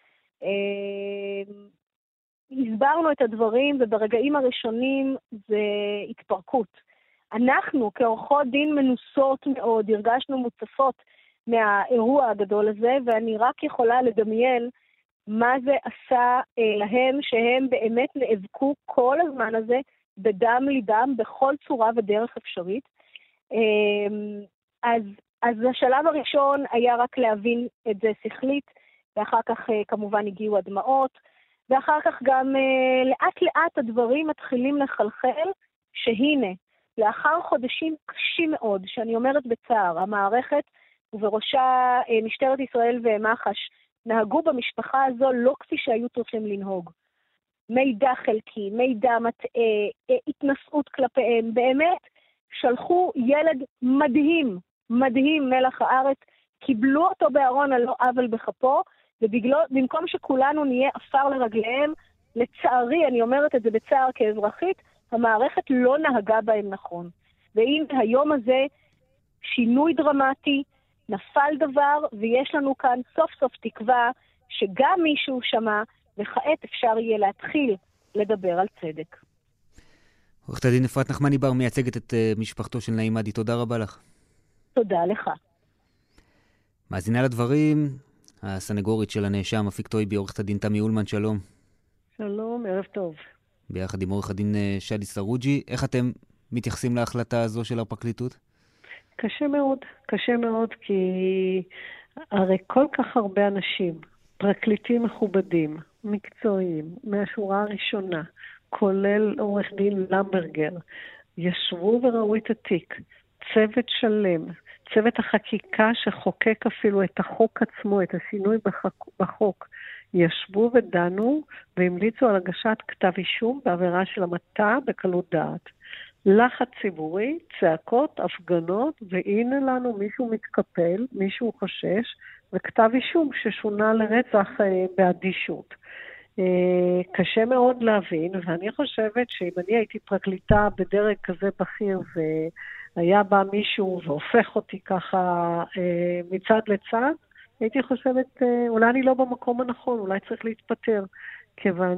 הסברנו את הדברים, וברגעים הראשונים זה התפרקות. אנחנו כעורכות דין מנוסות מאוד, הרגשנו מוצפות מהאירוע הגדול הזה, ואני רק יכולה לדמיין מה זה עשה להם, שהם באמת נאבקו כל הזמן הזה בדם ליבם, בכל צורה ודרך אפשרית. אז השלב הראשון היה רק להבין את זה שכלית, ואחר כך כמובן הגיעו הדמעות, ואחר כך גם לאט לאט הדברים מתחילים לחלחל, שהנה, לאחר חודשים קשים מאוד, שאני אומרת בצער, המערכת ובראשה משטרת ישראל ומח"ש, נהגו במשפחה הזו לא כפי שהיו צריכים לנהוג. מידע חלקי, מידע מטעה, התנסות כלפיהם, באמת שלחו ילד מדהים, מדהים מלח הארץ, קיבלו אותו בארון על לא עוול בכפו, ובמקום שכולנו נהיה אפר לרגליהם, לצערי, אני אומרת את זה בצער כאזרחית, המערכת לא נהגה בהם נכון. והנה היום הזה שינוי דרמטי, נפל דבר, ויש לנו כאן סוף סוף תקווה שגם מישהו שמע, וכעת אפשר יהיה להתחיל לדבר על צדק. עורכת הדין אפרת נחמני בר מייצגת את משפחתו של נעים עדי, תודה רבה לך. תודה לך. מאזינה לדברים, הסנגורית של הנאשם אפיק טויבי, עורכת הדין תמי אולמן, שלום. שלום, ערב טוב. ביחד עם עורך הדין שדי סרוג'י, איך אתם מתייחסים להחלטה הזו של הפרקליטות? קשה מאוד, כי הרי כל כך הרבה אנשים, פרקליטים מכובדים, מקצועיים, מהשורה הראשונה, כולל עורך דין למברגר, ישבו וראו את התיק, צוות שלם, צוות החקיקה שחוקק אפילו את החוק עצמו, את השינוי בחוק, ישבו ודנו והמליצו על הגשת כתב אישום בעבירה של המתה בקלות דעת. לחץ ציבורי, צעקות, הפגנות, והנה לנו מישהו מתקפל, מישהו חושש, וכתב אישום ששונה לרצח באדישות. קשה מאוד להבין, ואני חושבת שאם אני הייתי פרקליטה בדרג כזה בכיר, והיה בא מישהו והופך אותי ככה מצד לצד, הייתי חושבת, אולי אני לא במקום הנכון, אולי צריך להתפטר. כיוון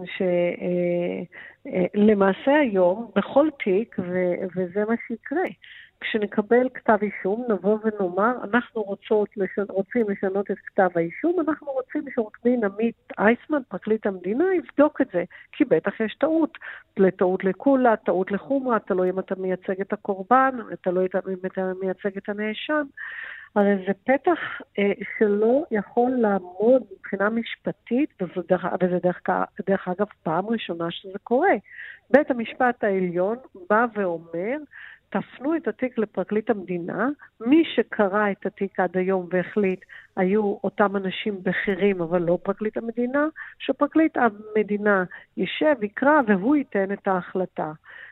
שלמעשה היום, בכל תיק, וזה מה שיקרה, כשנקבל כתב אישום, נבוא ונאמר, אנחנו רוצים לשנות את כתב האישום, אנחנו רוצים שעורך דין עמית אייסמן, פרקליט המדינה, יבדוק את זה, כי בטח יש טעות, טעות לקולה, טעות לחומרה, תלוי אם אתה מייצג את הקורבן, תלוי אם אתה מייצג את הנאשם, הרי זה פתח שלא יכול לעמוד מבחינה משפטית, וזה דרך אגב פעם ראשונה שזה קורה. בית המשפט העליון בא ואומר, תפנו את התיק לפרקליט המדינה, מי שקרא את התיק עד היום והחליט, היו אותם אנשים בכירים, אבל לא פרקליט המדינה, שפרקליט המדינה יישב, יקרא, והוא ייתן את ההחלטה.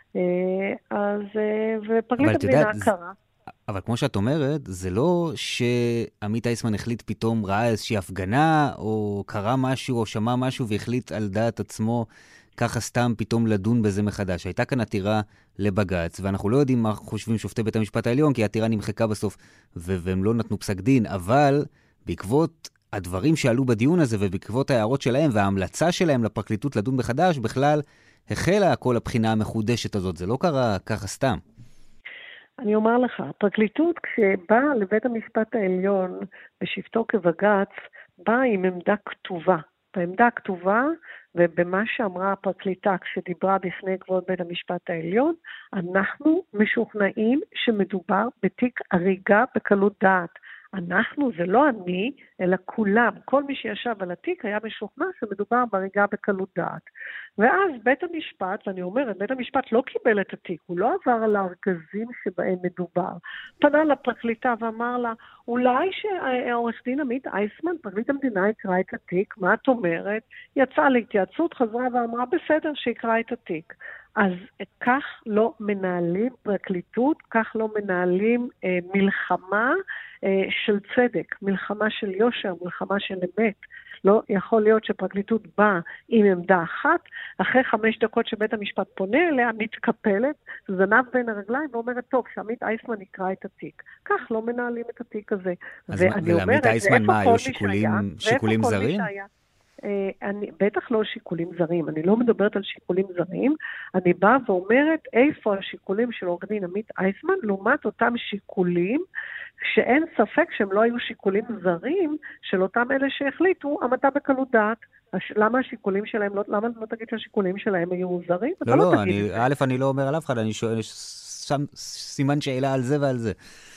ופרקליט המדינה קרא. אבל כמו שאת אומרת, זה לא שעמית אייסמן החליט פתאום ראה איזושהי הפגנה, או קרא משהו, או שמע משהו, והחליט על דעת עצמו, ככה סתם פתאום לדון בזה מחדש. הייתה כאן עתירה לבג"ץ, ואנחנו לא יודעים מה חושבים שופטי בית המשפט העליון, כי העתירה נמחקה בסוף, והם לא נתנו פסק דין, אבל בעקבות הדברים שעלו בדיון הזה, ובעקבות ההערות שלהם, וההמלצה שלהם לפרקליטות לדון מחדש, בכלל החלה כל הבחינה המחודשת הזאת. זה לא קרה ככה סתם. אני אומר לך, הפרקליטות כשבאה לבית המשפט העליון בשבתו כבג"ץ, באה עם עמדה כתובה. בעמדה כתובה ובמה שאמרה הפרקליטה כשדיברה בפני כבוד בית המשפט העליון, אנחנו משוכנעים שמדובר בתיק הריגה בקלות דעת. אנחנו, זה לא אני, אלא כולם, כל מי שישב על התיק היה משוכנע שמדובר בריגה בקלות דעת. ואז בית המשפט, ואני אומרת, בית המשפט לא קיבל את התיק, הוא לא עבר על הארגזים שבהם מדובר. פנה לפרקליטה ואמר לה, אולי שעורך דין עמית אייסמן, פרקליט המדינה, יקרא את התיק, מה את אומרת? יצאה להתייעצות, חזרה ואמרה, בסדר, שיקרא את התיק. אז כך לא מנהלים פרקליטות, כך לא מנהלים מלחמה של צדק, מלחמה של יושר, מלחמה של אמת. לא יכול להיות שפרקליטות באה עם עמדה אחת, אחרי 5 דקות שבית המשפט פונה אליה, מתקפלת, זנב בין הרגליים ואומרת, טוב, שעמית אייסמן יקרא את התיק. כך לא מנהלים את התיק הזה. אז ולעמית אייסמן מה, היו שיקולים זרים? בטח לא שיקולים זרים, אני לא מדברת על שיקולים זרים, אני באה ואומרת איפה השיקולים של עורך דין עמית אייסמן, לעומת אותם שיקולים שאין ספק שהם לא היו שיקולים זרים של אותם אלה שהחליטו המתה בקלות דעת. למה השיקולים שלהם, למה לא תגיד שהשיקולים שלהם היו זרים? לא, אני לא אומר על אף אחד, אני שואל, שם סימן שאלה על זה ועל זה.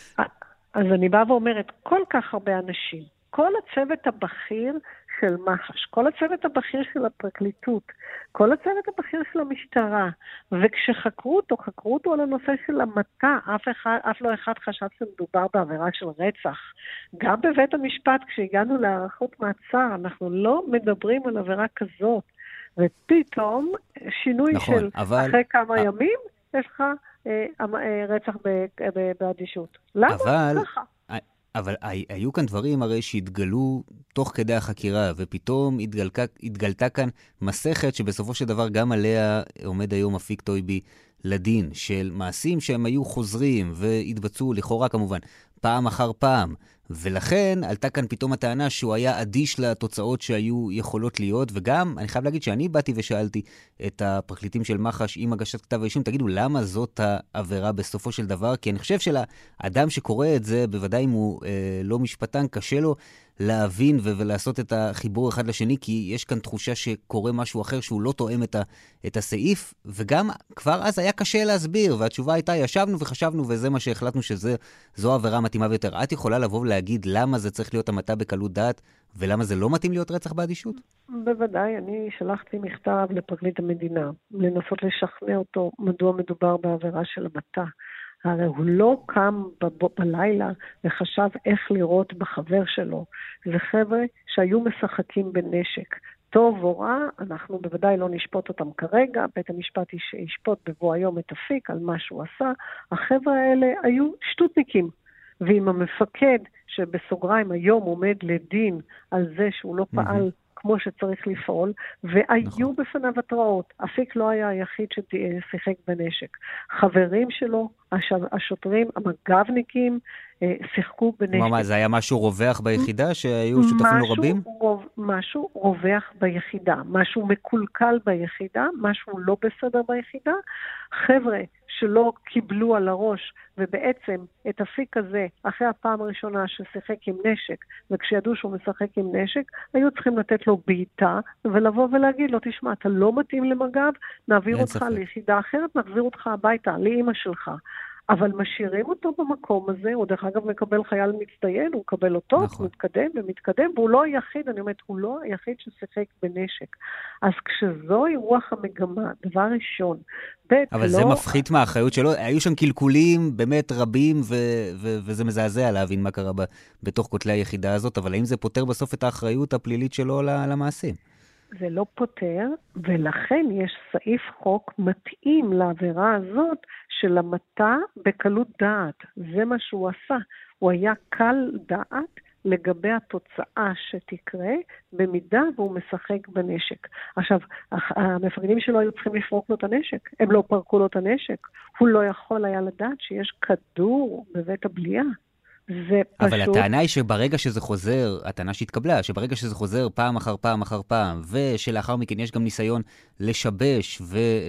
אז אני באה ואומרת, כל כך הרבה אנשים, כל הצוות הבכיר של מח"ש, כל הצוות הבכיר של הפרקליטות, כל הצוות הבכיר של המשטרה, וכשחקרו אותו על הנושא של המתה, אף לא אחד חשב שמדובר בעבירה של רצח. גם בבית המשפט, כשהגענו להארכות מעצר, אנחנו לא מדברים על עבירה כזאת, ופתאום שינוי נכון, של אחרי כמה ימים, יש לך רצח באדישות. למה? ככה. אבל היו כאן דברים הרי שהתגלו תוך כדי החקירה, ופתאום התגלתה כאן מסכת שבסופו של דבר גם עליה עומד היום אפיק טויבי לדין, של מעשים שהם היו חוזרים והתבצעו לכאורה כמובן פעם אחר פעם, ולכן עלתה כאן פתאום הטענה שהוא היה אדיש לתוצאות שהיו יכולות להיות, וגם אני חייב להגיד שאני באתי ושאלתי את הפרקליטים של מח"ש עם הגשת כתב האישום, תגידו למה זאת העבירה בסופו של דבר, כי אני חושב שלאדם שקורא את זה, בוודאי אם הוא לא משפטן, קשה לו להבין ולעשות את החיבור אחד לשני, כי יש כאן תחושה שקורה משהו אחר שהוא לא תואם את הסעיף, וגם כבר אז היה קשה להסביר, והתשובה הייתה, ישבנו וחשבנו, וזה מה שהחלטנו שזו העבירה מתאימה ביותר. את יכולה לבוא ולהגיד למה זה צריך להיות המתה בקלות דעת, ולמה זה לא מתאים להיות רצח באדישות? בוודאי, אני שלחתי מכתב לפרקליט המדינה, לנסות לשכנע אותו מדוע מדובר בעבירה של המתה. הרי הוא לא קם בלילה וחשב איך לראות בחבר שלו. זה חבר'ה שהיו משחקים בנשק. טוב או רע, אנחנו בוודאי לא נשפוט אותם כרגע, בית המשפט ישפוט בבוא היום את אפיק על מה שהוא עשה. החבר'ה האלה היו שטותניקים. ואם המפקד שבסוגריים היום עומד לדין על זה שהוא לא פעל כמו שצריך לפעול, והיו בפניו התראות. אפיק לא היה היחיד ששיחק בנשק. חברים שלו, השוטרים, המג"בניקים, שיחקו בנשק. מה, זה היה משהו רווח ביחידה שהיו שותפים לו רבים? משהו רווח ביחידה, משהו מקולקל ביחידה, משהו לא בסדר ביחידה. חבר'ה שלא קיבלו על הראש, ובעצם את אפיק הזה, אחרי הפעם הראשונה ששיחק עם נשק, וכשידעו שהוא משחק עם נשק, היו צריכים לתת לו בעיטה, ולבוא ולהגיד לו, תשמע, אתה לא מתאים למג"ב, נעביר אותך ליחידה אחרת, נחזיר אותך הביתה, לאמא שלך. אבל משאירים אותו במקום הזה, הוא דרך אגב מקבל חייל מצטיין, הוא מקבל אותו, נכון. מתקדם ומתקדם, והוא לא היחיד, אני אומרת, הוא לא היחיד ששיחק בנשק. אז כשזוהי רוח המגמה, דבר ראשון, אבל לא... זה מפחית מהאחריות שלו, היו שם קלקולים באמת רבים, וזה מזעזע להבין מה קרה בתוך כותלי היחידה הזאת, אבל האם זה פותר בסוף את האחריות הפלילית שלו למעשים? זה לא פותר, ולכן יש סעיף חוק מתאים לעבירה הזאת של המתה בקלות דעת. זה מה שהוא עשה. הוא היה קל דעת לגבי התוצאה שתקרה, במידה והוא משחק בנשק. עכשיו, המפקדים שלו היו צריכים לפרוק לו את הנשק. הם לא פרקו לו את הנשק. הוא לא יכול היה לדעת שיש כדור בבית הבליעה. אבל הטענה היא שברגע שזה חוזר, הטענה שהתקבלה, שברגע שזה חוזר פעם אחר פעם אחר פעם, ושלאחר מכן יש גם ניסיון לשבש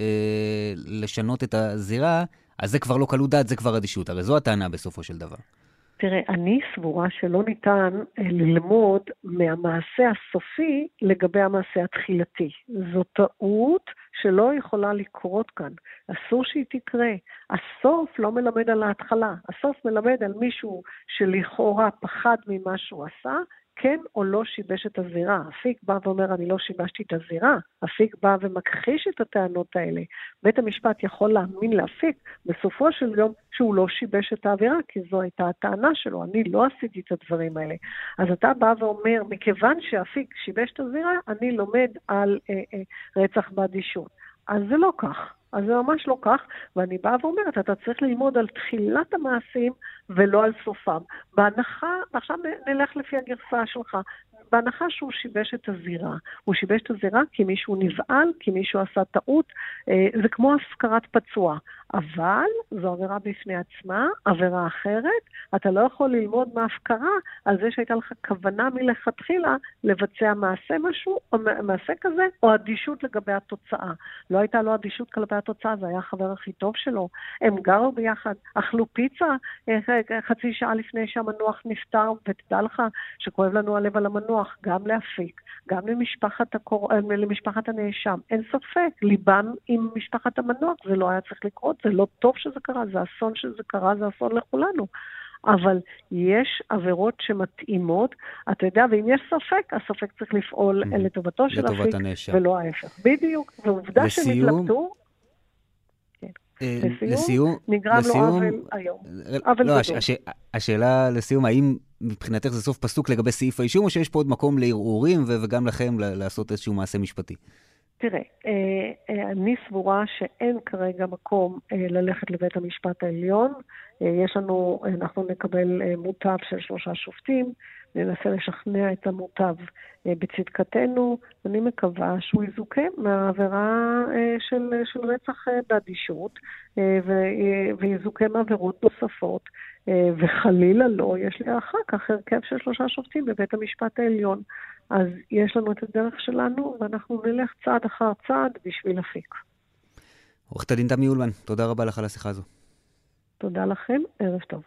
ולשנות את הזירה, אז זה כבר לא קלות דעת, זה כבר אדישות. הרי זו הטענה בסופו של דבר. תראה, אני סבורה שלא ניתן ללמוד מהמעשה הסופי לגבי המעשה התחילתי. זו טעות שלא יכולה לקרות כאן. אסור שהיא תקרה. הסוף לא מלמד על ההתחלה. הסוף מלמד על מישהו שלכאורה פחד ממה שהוא עשה, כן או לא שיבש את הזירה. אפיק בא ואומר, אני לא שיבשתי את הזירה. אפיק בא ומכחיש את הטענות האלה. בית המשפט יכול להאמין לאפיק בסופו של יום שהוא לא שיבש את האווירה, כי זו הייתה הטענה שלו. אני לא עשיתי את הדברים האלה. אז אתה בא ואומר, מכיוון שאפיק שיבש את הזירה, אני לומד על רצח באדישות. אז זה לא כך. אז זה ממש לא כך, ואני באה ואומרת, אתה צריך ללמוד על תחילת המעשים ולא על סופם. בהנחה, עכשיו נלך לפי הגרסה שלך, בהנחה שהוא שיבש את הזירה. הוא שיבש את הזירה כי מישהו נבעל, כי מישהו עשה טעות, זה כמו הפקרת פצוע. אבל זו עבירה בפני עצמה, עבירה אחרת, אתה לא יכול ללמוד מהפקרה על זה שהייתה לך כוונה מלכתחילה לבצע מעשה כזה, או אדישות לגבי התוצאה. לא הייתה לו אדישות לגבי התוצאה, זה היה החבר הכי טוב שלו. הם גרו ביחד, אכלו פיצה חצי שעה לפני שהמנוח נפטר, ותדע לך שכואב לנו הלב על המנוח, גם להפיק, גם למשפחת הנאשם. אין ספק, ליבם עם משפחת המנוח, זה לא היה צריך לקרות, זה לא טוב שזה קרה, זה אסון שזה קרה, זה אסון לכולנו. אבל יש עבירות שמתאימות, אתה יודע, ואם יש ספק, הספק צריך לפעול לטובתו של אפיק, ולא ההפך. בדיוק, ועובדה שהם התלבטו, לסיום, נגרם לו עוול היום. לא, השאלה לסיום, האם מבחינתך זה סוף פסוק לגבי סעיף האישום, או שיש פה עוד מקום לערעורים, וגם לכם לעשות איזשהו מעשה משפטי? תראה, אני סבורה שאין כרגע מקום ללכת לבית המשפט העליון. אנחנו נקבל מוטב של 3 שופטים, ננסה לשכנע את המוטב בצדקתנו, אני מקווה שהוא יזוכה מהעבירה של רצח באדישות, ויזוכה מעבירות נוספות, וחלילה לא, יש לי אחר כך הרכב של 3 שופטים בבית המשפט העליון. אז יש לנו את הדרך שלנו, ואנחנו נלך צעד אחר צעד בשביל אפיק. עורכת הדין תמי אולמן, תודה רבה לך על השיחה הזו. תודה לכם, ערב טוב.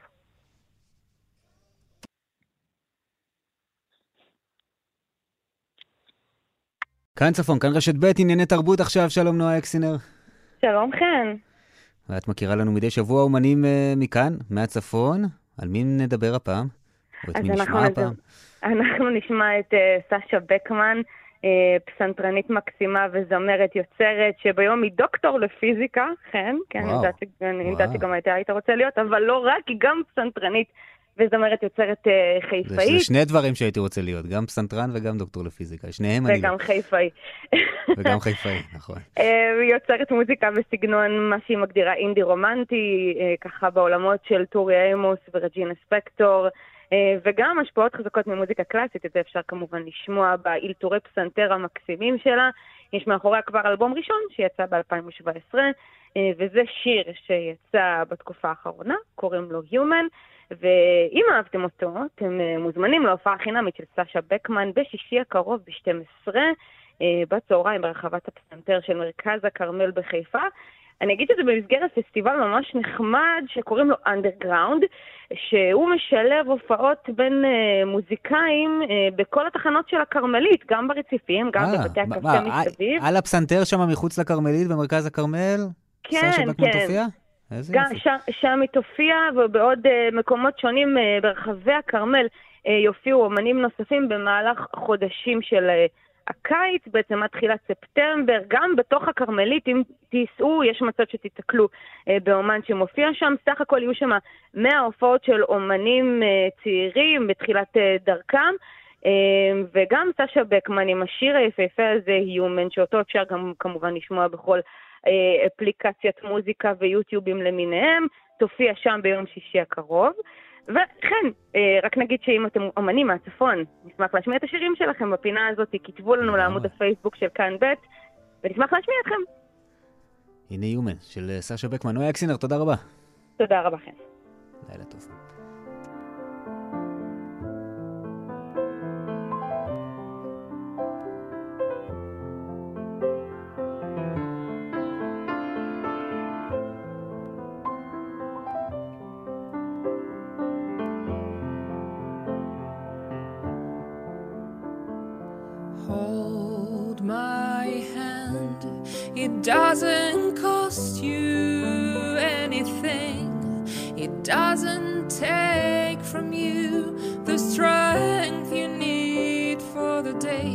כאן צפון, כאן רשת ב' ענייני תרבות עכשיו, שלום נועה אקסינר. שלום חן. ואת מכירה לנו מדי שבוע אומנים מכאן, מהצפון, על מי נדבר הפעם? או את מי נשמע הפעם? אנחנו נשמע את סשה בקמן, פסנתרנית מקסימה וזמרת יוצרת, שביום היא דוקטור לפיזיקה, כן, אני יודעת שגם היית רוצה להיות, אבל לא רק, היא גם פסנתרנית וזמרת יוצרת חיפאית. זה 2 דברים שהייתי רוצה להיות, גם פסנתרן וגם דוקטור לפיזיקה, שניהם אני לא. וגם חיפאי. וגם חיפאי, נכון. היא יוצרת מוזיקה בסגנון מה שהיא מגדירה אינדי רומנטי, ככה בעולמות של טורי אימוס ורג'ינה ספקטור, וגם השפעות חזקות ממוזיקה קלאסית, את זה אפשר כמובן לשמוע באילתורי פסנתר המקסימים שלה. יש מאחוריה כבר אלבום ראשון שיצא ב-2017, וזה שיר שיצא בתקופה האחרונה, קוראים לו Human, ואם אהבתם אותו, אתם מוזמנים להופעה חינמית של סשה בקמן בשישי הקרוב ב-12 בצהריים ברחבת הפסנתר של מרכז הכרמל בחיפה. אני אגיד שזה במסגרת פסטיבל ממש נחמד שקוראים לו Underground, שהוא משלב הופעות בין מוזיקאים בכל התחנות של הכרמלית, גם ברציפים, גם בבתי הקפה מסביב. על הפסנתר שם מחוץ לכרמלית במרכז הכרמל? כן, סשה בקמן תופיע? שם היא תופיע, ובעוד מקומות שונים ברחבי הכרמל יופיעו אומנים נוספים במהלך חודשים של הקיץ, בעצם עד תחילת ספטמבר, גם בתוך הכרמלית, אם תיסעו, יש מצב שתתקלו באומן שמופיע שם, סך הכל יהיו שם 100 הופעות של אומנים צעירים בתחילת דרכם, וגם סשה בקמן עם השיר היפהפה הזה, Human, שאותו אפשר גם כמובן לשמוע בכל אפליקציית מוזיקה ויוטיובים למיניהם, תופיע שם ביום שישי הקרוב. וכן, רק נגיד שאם אתם אומנים מהצפון, נשמח להשמיע את השירים שלכם בפינה הזאת, כתבו לנו לעמוד הפייסבוק של כאן ב' ונשמח להשמיע אתכם. הנה יומן של סשה בקמן. נועה אקסינר, תודה רבה. תודה רבה, כן. לילה טוב. It doesn't cost you anything. It doesn't take from you the strength you need for the day.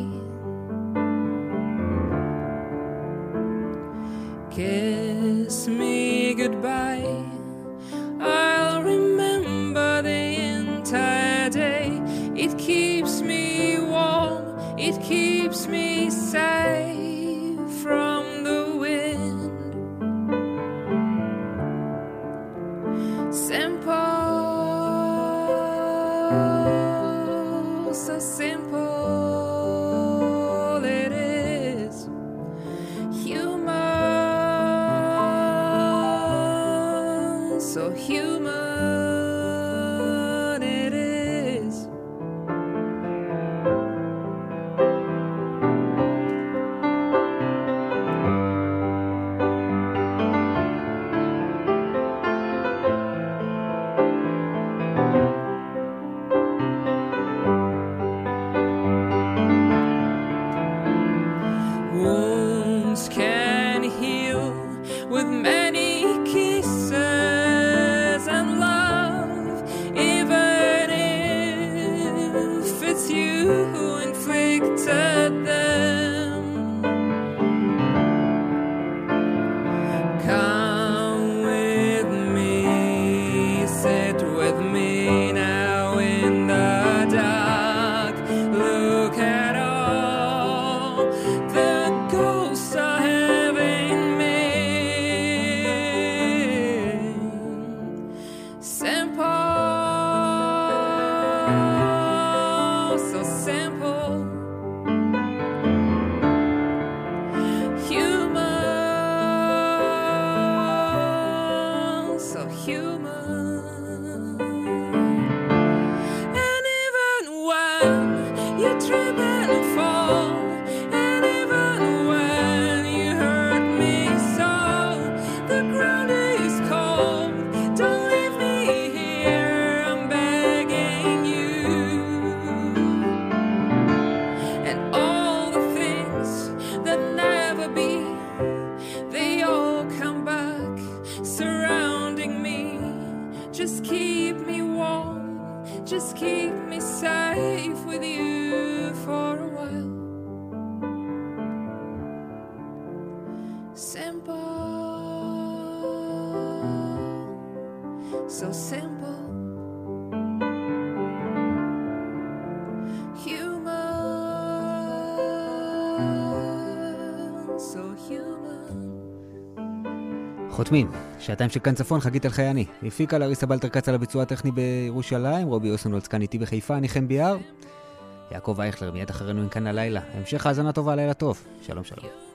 Kiss me goodbye. I'll remember the entire day. It keeps me warm. It keeps me safe from the wind. Simple, so simple it is. Human, wounds can heal with many kisses and love, even if it's you who inflicted them. Come with me, sit with me now in the dark. Look at all the ghosts I have in me. Simple, so simple. Human, so human. And even when you trip and fall, and even when you hurt me so, the ground is cold. Don't leave me here, I'm begging you. And all the things that never be, they all come back, surrounding me. Just keep me warm, just keep me safe with you for a while. Simple, so simple. Human, so human. חותמים, שעתיים של כאן צפון, חגית אלחייני. הפיקה לאריסה בלטר קץ על הביצוע הטכני בירושלים, רובי יוסנולץ כאן איתי בחיפה, אני חן ביאר. יעקב אייכלר מיד אחרינו עם כאן הלילה. המשך האזנה טובה, לילה טוב. שלום שלום.